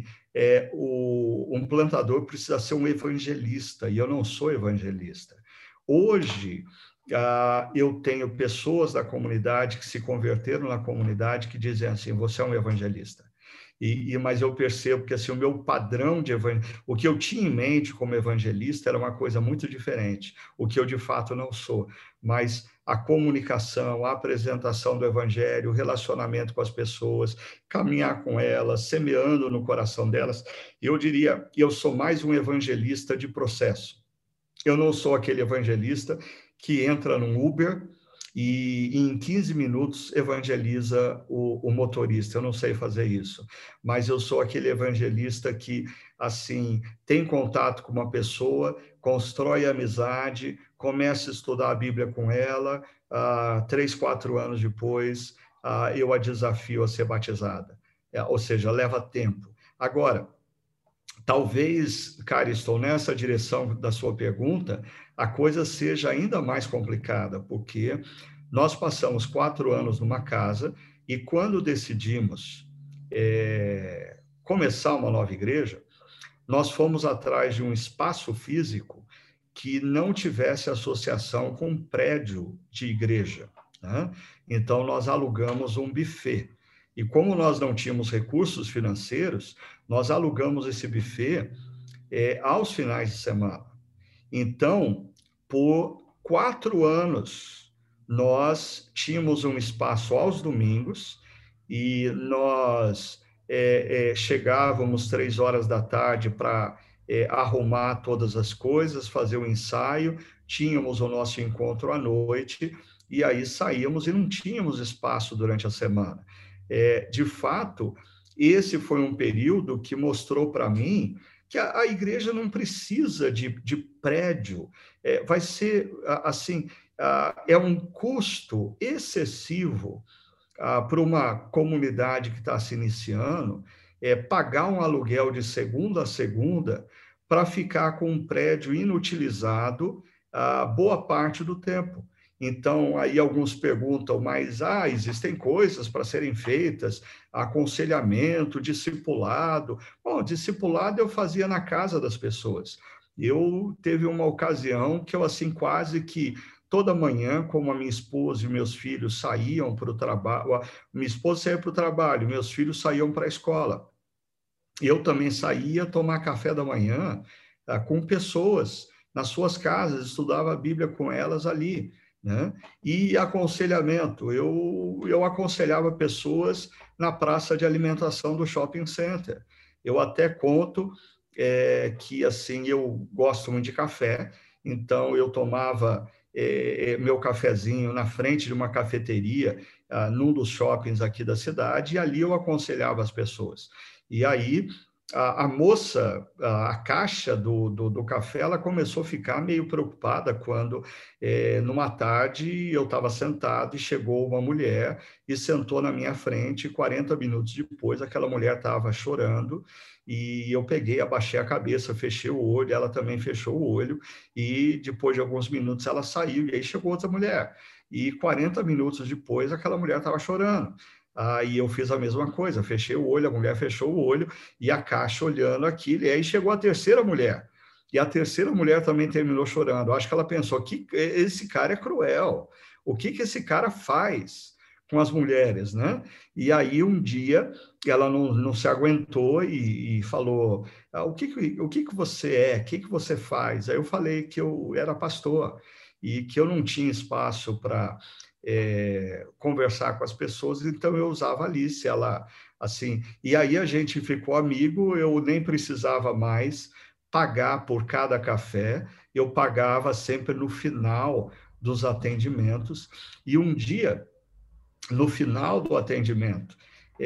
um plantador precisa ser um evangelista, e eu não sou evangelista. Hoje, eu tenho pessoas da comunidade que se converteram na comunidade que dizem assim, você é um evangelista. Mas eu percebo que assim, o meu padrão de o que eu tinha em mente como evangelista era uma coisa muito diferente, o que eu de fato não sou, mas a comunicação, a apresentação do evangelho, o relacionamento com as pessoas, caminhar com elas, semeando no coração delas, eu diria, eu sou mais um evangelista de processo. Eu não sou aquele evangelista que entra num Uber e em 15 minutos evangeliza o motorista. Eu não sei fazer isso, mas eu sou aquele evangelista que, assim, tem contato com uma pessoa, constrói amizade, começa a estudar a Bíblia com ela, 3, 4 anos depois, eu a desafio a ser batizada. Ou seja, leva tempo. Agora, talvez, cara, estou nessa direção da sua pergunta, a coisa seja ainda mais complicada, porque nós passamos 4 anos numa casa e quando decidimos começar uma nova igreja, nós fomos atrás de um espaço físico que não tivesse associação com um prédio de igreja, né? Então, nós alugamos um buffet. E como nós não tínhamos recursos financeiros, nós alugamos esse buffet aos finais de semana. Então, Por 4 anos, nós tínhamos um espaço aos domingos e nós chegávamos 3 horas da tarde para arrumar todas as coisas, fazer o ensaio, tínhamos o nosso encontro à noite e aí saíamos e não tínhamos espaço durante a semana. De fato, esse foi um período que mostrou para mim que a igreja não precisa de prédio, vai ser assim, é um custo excessivo para uma comunidade que está se iniciando, pagar um aluguel de segunda a segunda para ficar com um prédio inutilizado boa parte do tempo. Então, aí alguns perguntam, mas existem coisas para serem feitas, aconselhamento, discipulado. Bom, discipulado eu fazia na casa das pessoas. Eu teve uma ocasião que eu, assim, quase que toda manhã, como a minha esposa e meus filhos saíam para o trabalho, minha esposa saía para o trabalho, meus filhos saíam para a escola. Eu também saía tomar café da manhã com pessoas nas suas casas, estudava a Bíblia com elas ali, né? E aconselhamento, eu aconselhava pessoas na praça de alimentação do shopping center. Eu até conto que, assim, eu gosto muito de café, então eu tomava meu cafezinho na frente de uma cafeteria, num dos shoppings aqui da cidade, e ali eu aconselhava as pessoas. E aí a moça, a caixa do café, ela começou a ficar meio preocupada quando, numa tarde, eu estava sentado e chegou uma mulher e sentou na minha frente. 40 minutos depois, aquela mulher estava chorando e eu peguei, abaixei a cabeça, fechei o olho, ela também fechou o olho e depois de alguns minutos ela saiu e aí chegou outra mulher. E 40 minutos depois, aquela mulher estava chorando. Aí eu fiz a mesma coisa, fechei o olho, a mulher fechou o olho e a caixa olhando aquilo, e aí chegou a terceira mulher. E a terceira mulher também terminou chorando. Eu acho que ela pensou que esse cara é cruel. O que esse cara faz com as mulheres, né? E aí um dia ela não se aguentou e falou: o que você é? O que você faz? Aí eu falei que eu era pastor e que eu não tinha espaço para conversar com as pessoas, então eu usava a Alice, ela assim, e aí a gente ficou amigo, eu nem precisava mais pagar por cada café, eu pagava sempre no final dos atendimentos, e um dia, no final do atendimento,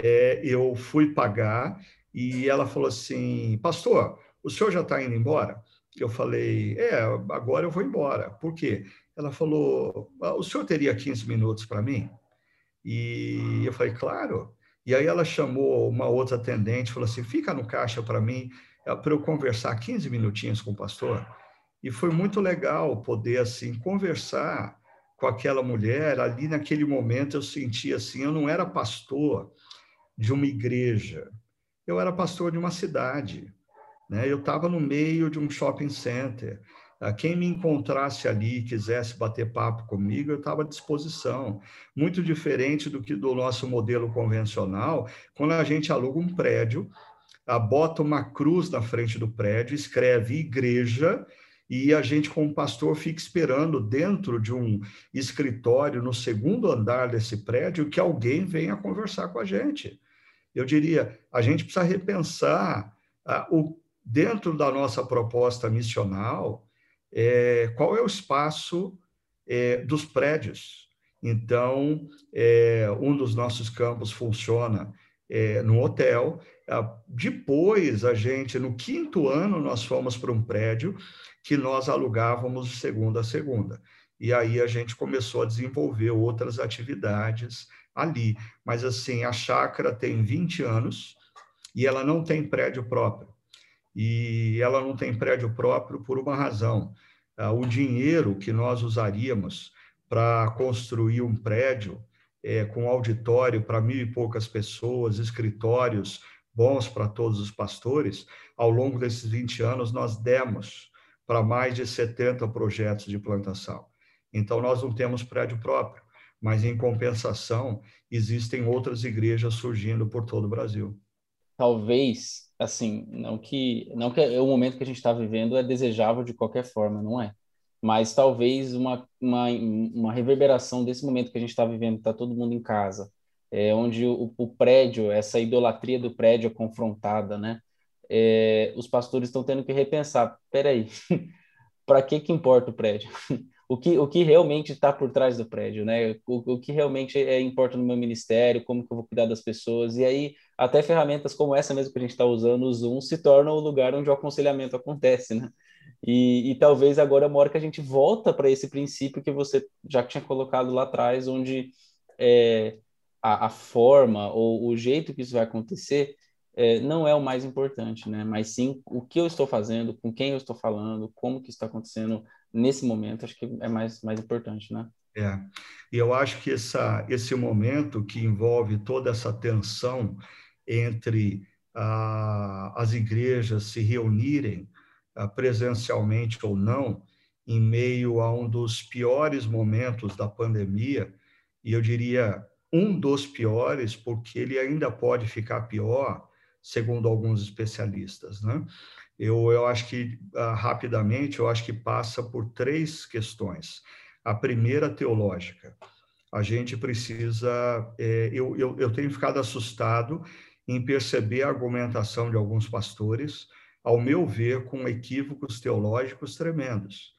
eu fui pagar, e ela falou assim, pastor, o senhor já está indo embora? Eu falei, agora eu vou embora. Por quê? Ela falou, o senhor teria 15 minutos para mim? E eu falei, claro. E aí ela chamou uma outra atendente, falou assim, fica no caixa para mim, para eu conversar 15 minutinhos com o pastor. E foi muito legal poder, assim, conversar com aquela mulher. Ali naquele momento eu senti assim, eu não era pastor de uma igreja, eu era pastor de uma cidade, né? Eu estava no meio de um shopping center. Quem me encontrasse ali e quisesse bater papo comigo, eu estava à disposição. Muito diferente do que do nosso modelo convencional, quando a gente aluga um prédio, bota uma cruz na frente do prédio, escreve igreja, e a gente, como pastor, fica esperando dentro de um escritório no segundo andar desse prédio que alguém venha conversar com a gente. Eu diria, a gente precisa repensar dentro da nossa proposta missional, qual é o espaço dos prédios. Então, um dos nossos campos funciona no hotel. Depois, no 5º ano, nós fomos para um prédio que nós alugávamos de segunda a segunda. E aí a gente começou a desenvolver outras atividades ali. Mas, assim, a chácara tem 20 anos e ela não tem prédio próprio. E ela não tem prédio próprio por uma razão. O dinheiro que nós usaríamos para construir um prédio com auditório para 1.000 e poucas pessoas, escritórios bons para todos os pastores, ao longo desses 20 anos nós demos para mais de 70 projetos de plantação. Então, nós não temos prédio próprio, mas, em compensação, existem outras igrejas surgindo por todo o Brasil. Talvez, assim, não que o momento que a gente está vivendo é desejável de qualquer forma, não é? mas talvez uma reverberação desse momento que a gente está vivendo, está todo mundo em casa, onde o prédio, essa idolatria do prédio é confrontada, né? Os pastores estão tendo que repensar, peraí, para que importa o prédio? O que realmente está por trás do prédio, né? O que realmente importa no meu ministério, como que eu vou cuidar das pessoas, e aí até ferramentas como essa mesmo que a gente está usando, o Zoom, se tornam o lugar onde o aconselhamento acontece, né? E talvez agora é uma hora que a gente volta para esse princípio que você já tinha colocado lá atrás, onde a forma ou o jeito que isso vai acontecer não é o mais importante, né? Mas sim o que eu estou fazendo, com quem eu estou falando, como que está acontecendo nesse momento, acho que é mais importante, né? E eu acho que esse momento que envolve toda essa tensão entre as igrejas se reunirem presencialmente ou não, em meio a um dos piores momentos da pandemia, e eu diria um dos piores, porque ele ainda pode ficar pior, segundo alguns especialistas, né? Eu acho que, rapidamente, eu acho que passa por três questões. A primeira, teológica. A gente precisa... eu tenho ficado assustado em perceber a argumentação de alguns pastores, ao meu ver, com equívocos teológicos tremendos.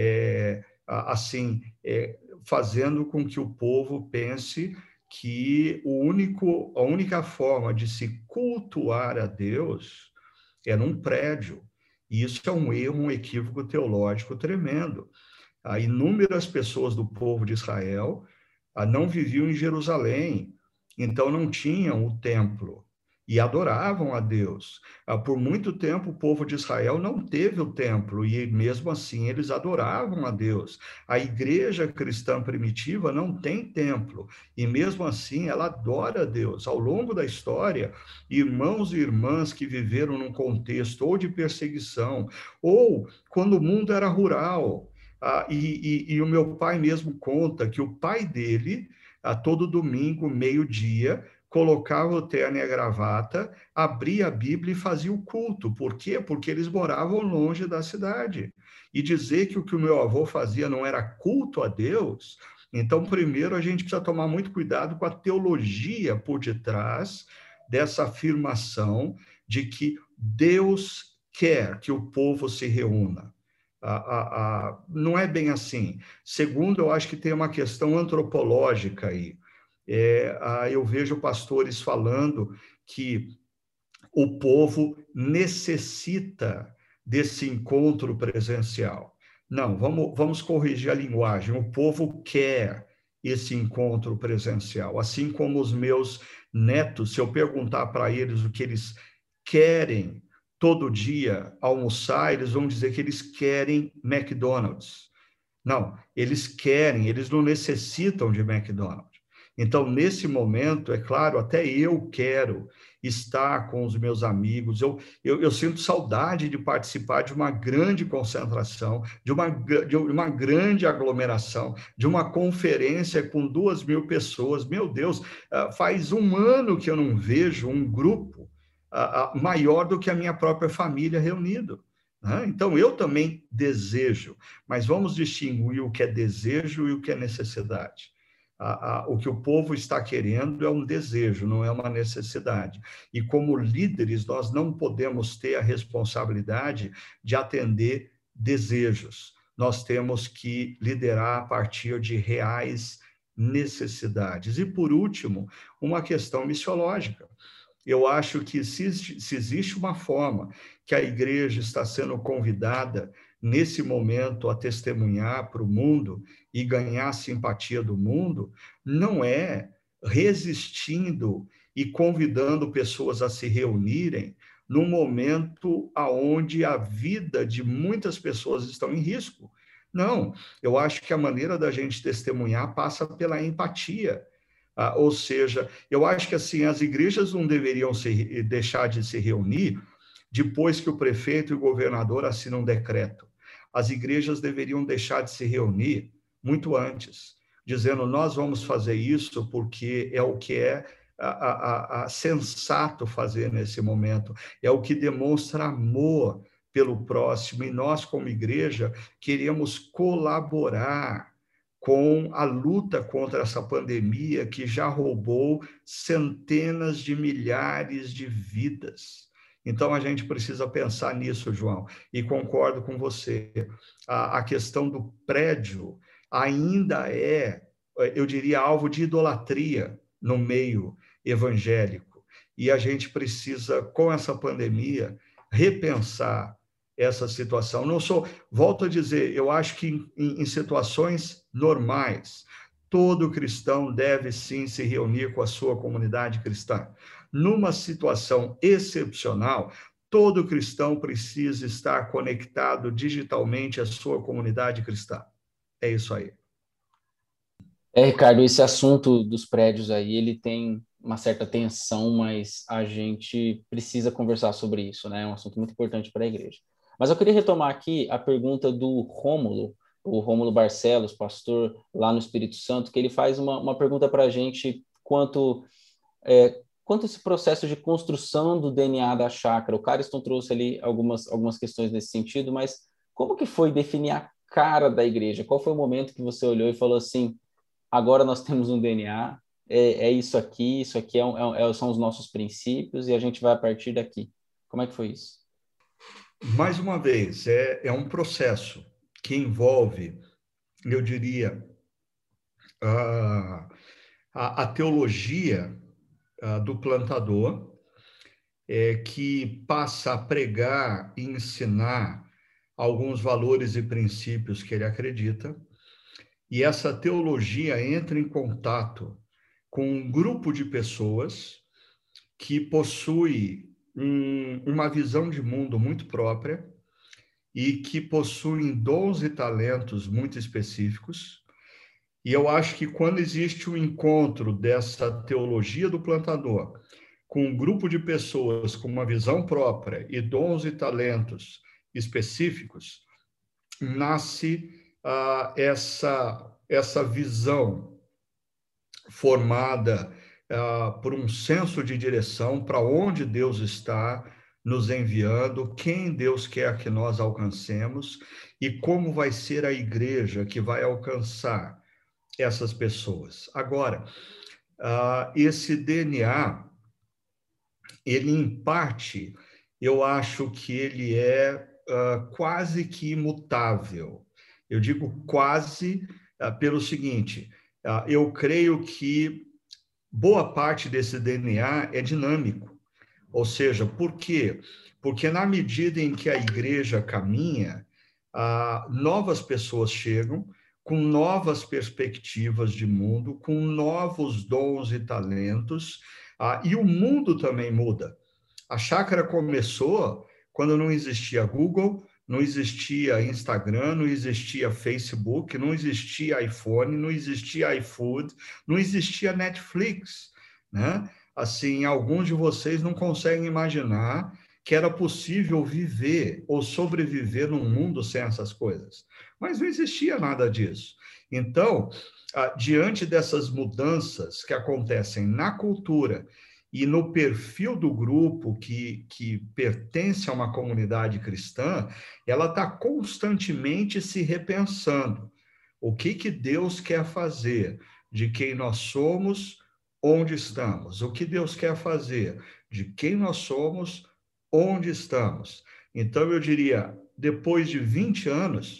Assim, fazendo com que o povo pense que a única forma de se cultuar a Deus é num prédio. E isso é um erro, um equívoco teológico tremendo. Inúmeras pessoas do povo de Israel não viviam em Jerusalém, então não tinham o templo e adoravam a Deus. Por muito tempo, o povo de Israel não teve o templo e, mesmo assim, eles adoravam a Deus. A igreja cristã primitiva não tem templo e, mesmo assim, ela adora a Deus. Ao longo da história, irmãos e irmãs que viveram num contexto ou de perseguição, ou quando o mundo era rural, e o meu pai mesmo conta que o pai dele, todo domingo, meio-dia, colocava o terno e a gravata, abria a Bíblia e fazia o culto. Por quê? Porque eles moravam longe da cidade. E dizer que o meu avô fazia não era culto a Deus, então, primeiro, a gente precisa tomar muito cuidado com a teologia por detrás dessa afirmação de que Deus quer que o povo se reúna. Não é bem assim. Segundo, eu acho que tem uma questão antropológica aí. Eu vejo pastores falando que o povo necessita desse encontro presencial. Não, vamos corrigir a linguagem. O povo quer esse encontro presencial. Assim como os meus netos, se eu perguntar para eles o que eles querem todo dia almoçar, eles vão dizer que eles querem McDonald's. Não, eles não necessitam de McDonald's. Então, nesse momento, é claro, até eu quero estar com os meus amigos, eu sinto saudade de participar de uma grande concentração, de uma grande aglomeração, de uma conferência com 2.000 pessoas. Meu Deus, faz um ano que eu não vejo um grupo maior do que a minha própria família reunido. Então, eu também desejo, mas vamos distinguir o que é desejo e o que é necessidade. O que o povo está querendo é um desejo, não é uma necessidade. E como líderes, nós não podemos ter a responsabilidade de atender desejos. Nós temos que liderar a partir de reais necessidades. E, por último, uma questão missiológica. Eu acho que se existe uma forma que a igreja está sendo convidada nesse momento a testemunhar para o mundo e ganhar a simpatia do mundo, não é resistindo e convidando pessoas a se reunirem num momento onde a vida de muitas pessoas estão em risco. Não, eu acho que a maneira da gente testemunhar passa pela empatia. Ou seja, eu acho que assim as igrejas não deveriam deixar de se reunir depois que o prefeito e o governador assinam um decreto. As igrejas deveriam deixar de se reunir muito antes, dizendo nós vamos fazer isso porque é o que é sensato fazer nesse momento, é o que demonstra amor pelo próximo, e nós, como igreja, queremos colaborar com a luta contra essa pandemia que já roubou centenas de milhares de vidas. Então, a gente precisa pensar nisso, João, e concordo com você. A questão do prédio ainda é, eu diria, alvo de idolatria no meio evangélico. E a gente precisa, com essa pandemia, repensar essa situação. Não sou, volto a dizer, eu acho que em situações normais, todo cristão deve sim se reunir com a sua comunidade cristã. Numa situação excepcional, todo cristão precisa estar conectado digitalmente à sua comunidade cristã. É isso aí. Ricardo, esse assunto dos prédios aí, ele tem uma certa tensão, mas a gente precisa conversar sobre isso, né? É um assunto muito importante para a igreja. Mas eu queria retomar aqui a pergunta do Rômulo, o Rômulo Barcelos, pastor lá no Espírito Santo, que ele faz uma pergunta para a gente quanto esse processo de construção do DNA da chácara. O Cariston trouxe ali algumas questões nesse sentido, mas como que foi definir a cara da igreja? Qual foi o momento que você olhou e falou assim, agora nós temos um DNA, isso aqui são os nossos princípios e a gente vai a partir daqui. Como é que foi isso? Mais uma vez, é um processo que envolve, eu diria, a teologia do plantador, que passa a pregar e ensinar alguns valores e princípios que ele acredita, e essa teologia entra em contato com um grupo de pessoas que possui uma visão de mundo muito própria e que possuem dons e talentos muito específicos. E eu acho que quando existe o encontro dessa teologia do plantador com um grupo de pessoas com uma visão própria e dons e talentos específicos, nasce essa visão formada por um senso de direção para onde Deus está nos enviando, quem Deus quer que nós alcancemos e como vai ser a igreja que vai alcançar essas pessoas. Agora, esse DNA, ele em parte, eu acho que ele é quase que imutável. Eu digo quase pelo seguinte, eu creio que boa parte desse DNA é dinâmico. Ou seja, por quê? Porque na medida em que a igreja caminha, novas pessoas chegam com novas perspectivas de mundo, com novos dons e talentos, e o mundo também muda. A chácara começou quando não existia Google, não existia Instagram, não existia Facebook, não existia iPhone, não existia iFood, não existia Netflix, né? Assim, alguns de vocês não conseguem imaginar que era possível viver ou sobreviver num mundo sem essas coisas. Mas não existia nada disso. Então, diante dessas mudanças que acontecem na cultura e no perfil do grupo que pertence a uma comunidade cristã, ela está constantemente se repensando. O que Deus quer fazer de quem nós somos, onde estamos? O que Deus quer fazer de quem nós somos, onde estamos? Então, eu diria, depois de 20 anos,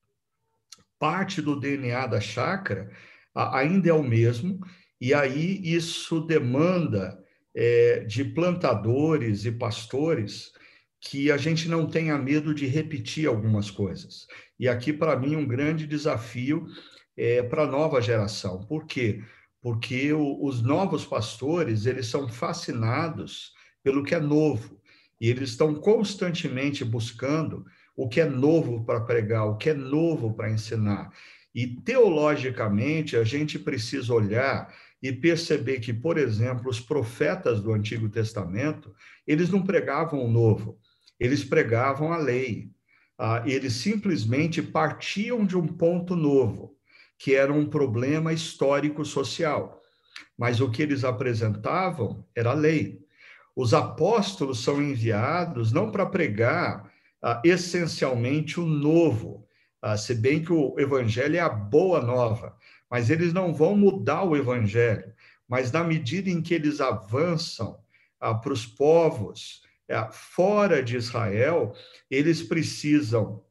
parte do DNA da chácara ainda é o mesmo, e aí isso demanda de plantadores e pastores que a gente não tenha medo de repetir algumas coisas. E aqui, para mim, um grande desafio para a nova geração. Por quê? Porque os novos pastores, eles são fascinados pelo que é novo, e eles estão constantemente buscando o que é novo para pregar, o que é novo para ensinar. E, teologicamente, a gente precisa olhar e perceber que, por exemplo, os profetas do Antigo Testamento, eles não pregavam o novo, eles pregavam a lei. Eles simplesmente partiam de um ponto novo, que era um problema histórico-social. Mas o que eles apresentavam era a lei. Os apóstolos são enviados não para pregar essencialmente o novo, se bem que o evangelho é a boa nova, mas eles não vão mudar o evangelho, mas na medida em que eles avançam para os povos fora de Israel, eles precisam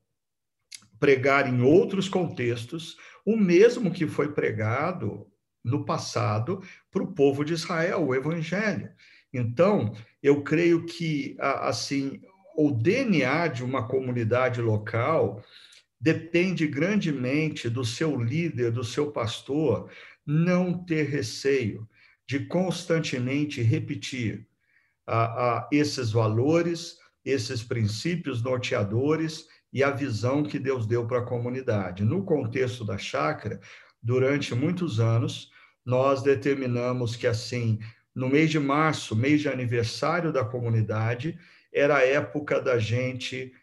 pregar em outros contextos o mesmo que foi pregado no passado para o povo de Israel, o evangelho. Então, eu creio que, assim, o DNA de uma comunidade local depende grandemente do seu líder, do seu pastor, não ter receio de constantemente repetir esses valores, esses princípios norteadores e a visão que Deus deu para a comunidade. No contexto da chácara, durante muitos anos, nós determinamos que, assim, no mês de março, mês de aniversário da comunidade, era a época da gente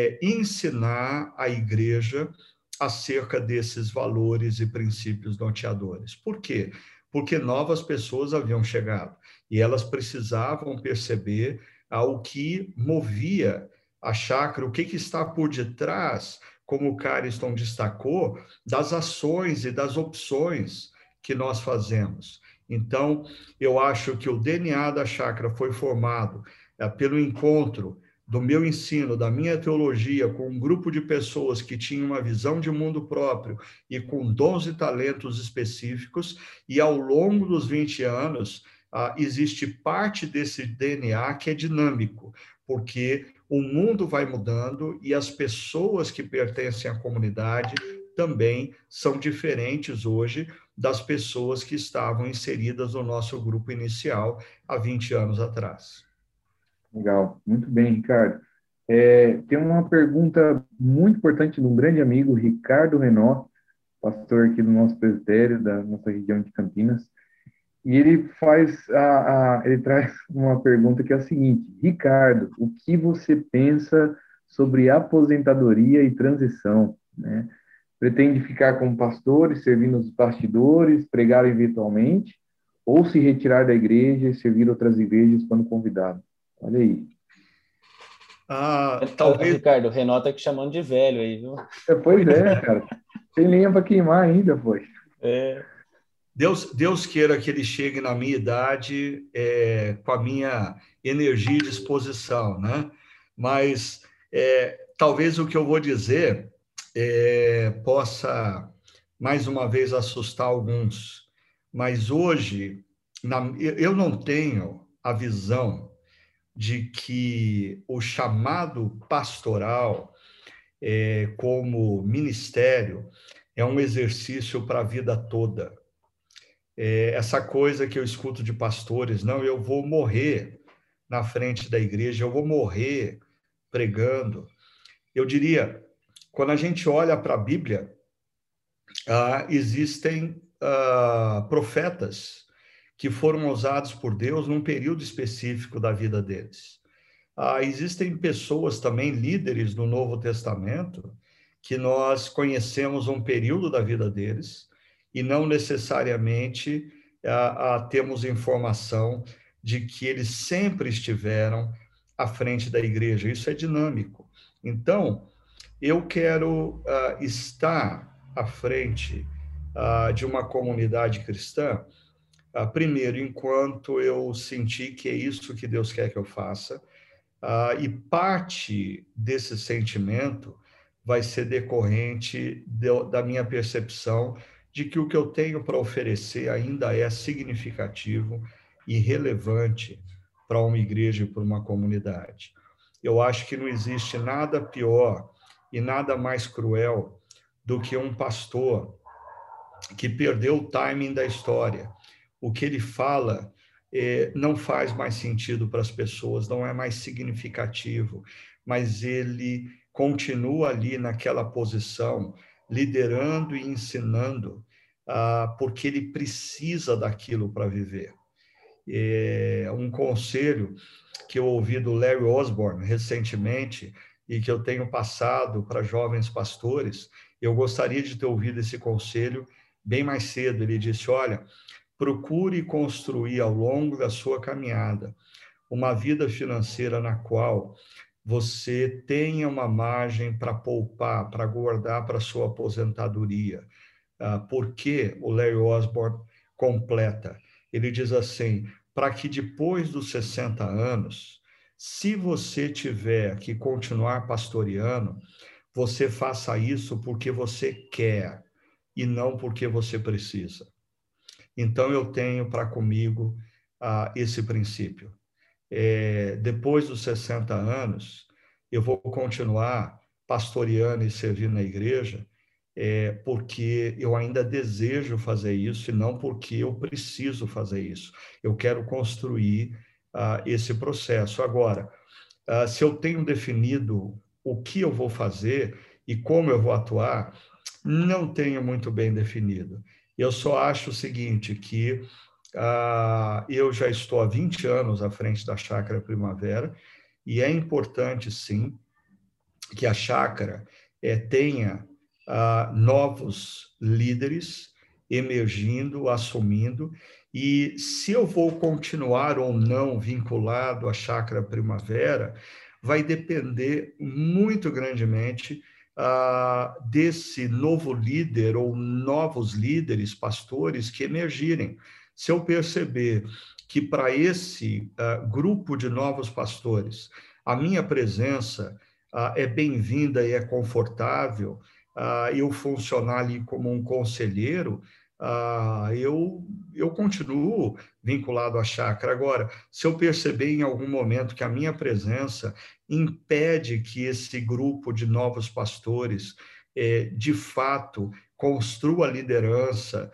ensinar a igreja acerca desses valores e princípios norteadores. Por quê? Porque novas pessoas haviam chegado e elas precisavam perceber o que movia a chácara, o que está por detrás, como o Cariston destacou, das ações e das opções que nós fazemos. Então, eu acho que o DNA da chácara foi formado pelo encontro do meu ensino, da minha teologia, com um grupo de pessoas que tinham uma visão de mundo próprio e com dons e talentos específicos, e ao longo dos 20 anos, existe parte desse DNA que é dinâmico, porque o mundo vai mudando e as pessoas que pertencem à comunidade também são diferentes hoje das pessoas que estavam inseridas no nosso grupo inicial há 20 anos atrás. Legal, muito bem, Ricardo. Tem uma pergunta muito importante de um grande amigo, Ricardo Renó, pastor aqui do nosso presbitério, da nossa região de Campinas, e ele ele traz uma pergunta que é a seguinte: Ricardo, o que você pensa sobre aposentadoria e transição, né? Pretende ficar como pastor e servir nos bastidores, pregar eventualmente, ou se retirar da igreja e servir outras igrejas quando convidado? Olha aí. Talvez... Ricardo, o Renó tá te chamando de velho aí, viu? Pois é, cara. Tem lenha para queimar ainda, pois. Deus queira que ele chegue na minha idade com a minha energia e disposição, né? Mas talvez o que eu vou dizer possa, mais uma vez, assustar alguns. Mas hoje, eu não tenho a visão de que o chamado pastoral, como ministério, é um exercício para a vida toda. Essa coisa que eu escuto de pastores, não, eu vou morrer na frente da igreja, eu vou morrer pregando. Eu diria, quando a gente olha para a Bíblia, existem profetas que foram usados por Deus num período específico da vida deles. Existem pessoas também, líderes do Novo Testamento, que nós conhecemos um período da vida deles e não necessariamente temos informação de que eles sempre estiveram à frente da igreja. Isso é dinâmico. Então, eu quero estar à frente de uma comunidade cristã, primeiro, enquanto eu sentir que é isso que Deus quer que eu faça, e parte desse sentimento vai ser decorrente da minha percepção de que o que eu tenho para oferecer ainda é significativo e relevante para uma igreja e para uma comunidade. Eu acho que não existe nada pior e nada mais cruel do que um pastor que perdeu o timing da história. O que ele fala não faz mais sentido para as pessoas, não é mais significativo, mas ele continua ali naquela posição, liderando e ensinando, porque ele precisa daquilo para viver. Um conselho que eu ouvi do Larry Osborne recentemente e que eu tenho passado para jovens pastores, eu gostaria de ter ouvido esse conselho bem mais cedo. Ele disse: olha, procure construir ao longo da sua caminhada uma vida financeira na qual você tenha uma margem para poupar, para guardar para sua aposentadoria. Porque o Larry Osborne completa. Ele diz assim, para que depois dos 60 anos, se você tiver que continuar pastoreando, você faça isso porque você quer e não porque você precisa. Então, eu tenho para comigo esse princípio. Depois dos 60 anos, eu vou continuar pastoreando e servindo na igreja, porque eu ainda desejo fazer isso e não porque eu preciso fazer isso. Eu quero construir esse processo. Agora, se eu tenho definido o que eu vou fazer e como eu vou atuar, não tenho muito bem definido. Eu só acho o seguinte, que eu já estou há 20 anos à frente da Chácara Primavera e é importante, sim, que a chácara tenha novos líderes emergindo, assumindo, e se eu vou continuar ou não vinculado à Chácara Primavera, vai depender muito grandemente desse novo líder ou novos líderes, pastores que emergirem. Se eu perceber que para esse grupo de novos pastores, a minha presença é bem-vinda e é confortável, eu funcionar ali como um conselheiro, eu continuo vinculado à chácara. Agora, se eu perceber em algum momento que a minha presença impede que esse grupo de novos pastores, de fato, construa liderança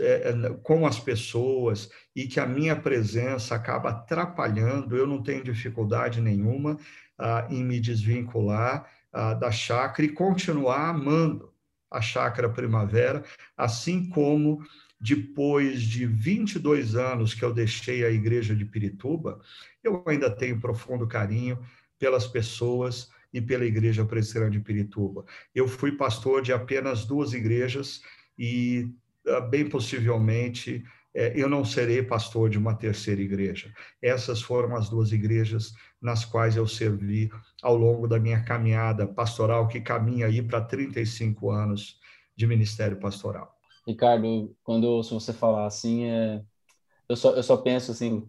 com as pessoas e que a minha presença acaba atrapalhando, eu não tenho dificuldade nenhuma em me desvincular da chácara e continuar amando a Chácara Primavera, assim como depois de 22 anos que eu deixei a igreja de Pirituba, eu ainda tenho profundo carinho pelas pessoas e pela igreja presbiteriana de Pirituba. Eu fui pastor de apenas 2 igrejas e, bem possivelmente, eu não serei pastor de uma terceira igreja. Essas foram as 2 igrejas nas quais eu servi ao longo da minha caminhada pastoral, que caminha aí para 35 anos de ministério pastoral. Ricardo, quando eu ouço você falar assim, eu só penso assim,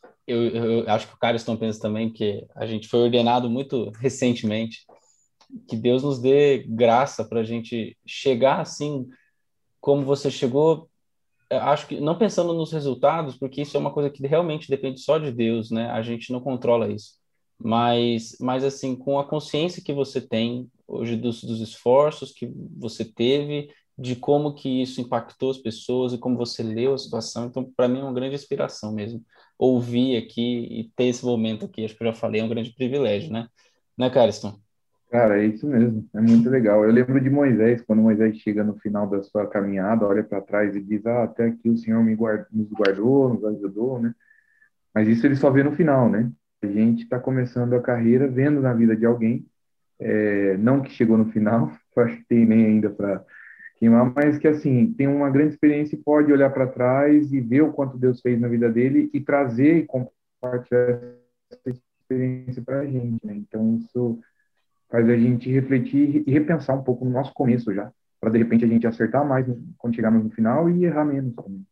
eu acho que o Cariston pensa também, que a gente foi ordenado muito recentemente, que Deus nos dê graça para a gente chegar assim como você chegou. Eu acho que não pensando nos resultados, porque isso é uma coisa que realmente depende só de Deus, né? A gente não controla isso. Mas assim, com a consciência que você tem hoje dos esforços que você teve, de como que isso impactou as pessoas e como você leu a situação, então para mim é uma grande inspiração mesmo. Ouvir aqui e ter esse momento aqui, acho que eu já falei, é um grande privilégio, né? Né, Cariston? Cara, é isso mesmo, é muito legal. Eu lembro de Moisés, quando Moisés chega no final da sua caminhada, olha para trás e diz: até aqui o Senhor nos guardou, nos ajudou, né? Mas isso ele só vê no final, né? A gente está começando a carreira vendo na vida de alguém, não que chegou no final, acho que tem nem ainda para queimar, mas que assim, tem uma grande experiência e pode olhar para trás e ver o quanto Deus fez na vida dele e trazer e compartilhar essa experiência para a gente, né? Então, isso faz a gente refletir e repensar um pouco no nosso começo já, para de repente a gente acertar mais quando chegarmos no final e errar menos também.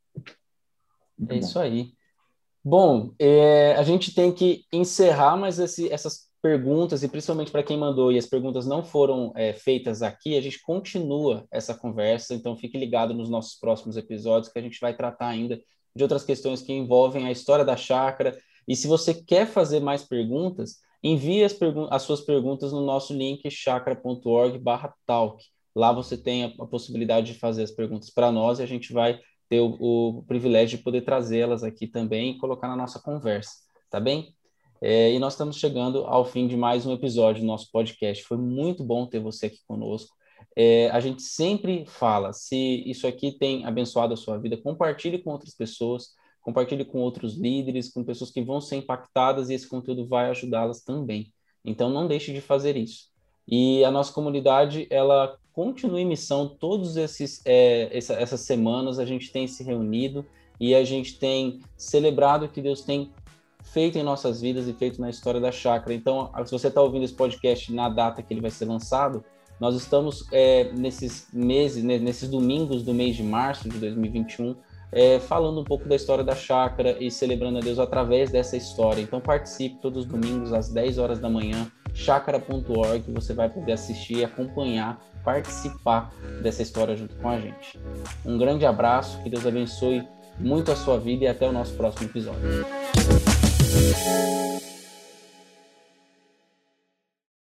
É Muito isso bom. aí. Bom, a gente tem que encerrar, mas essas perguntas, e principalmente para quem mandou, e as perguntas não foram feitas aqui, a gente continua essa conversa, então fique ligado nos nossos próximos episódios, que a gente vai tratar ainda de outras questões que envolvem a história da chácara. E se você quer fazer mais perguntas, envie as suas perguntas no nosso link chacra.org/talk. Lá você tem a possibilidade de fazer as perguntas para nós e a gente vai ter o privilégio de poder trazê-las aqui também e colocar na nossa conversa, tá bem? E nós estamos chegando ao fim de mais um episódio do nosso podcast. Foi muito bom ter você aqui conosco. A gente sempre fala, se isso aqui tem abençoado a sua vida, compartilhe com outras pessoas, compartilhe com outros líderes, com pessoas que vão ser impactadas e esse conteúdo vai ajudá-las também. Então, não deixe de fazer isso. E a nossa comunidade, ela continua em missão. Todos essas semanas a gente tem se reunido e a gente tem celebrado o que Deus tem feito em nossas vidas e feito na história da chácara. Então, se você está ouvindo esse podcast na data que ele vai ser lançado, nós estamos nesses domingos do mês de março de 2021, falando um pouco da história da chácara e celebrando a Deus através dessa história. Então participe todos os domingos às 10 horas da manhã, chácara.org, você vai poder assistir, acompanhar, participar dessa história junto com a gente. Um grande abraço, que Deus abençoe muito a sua vida e até o nosso próximo episódio.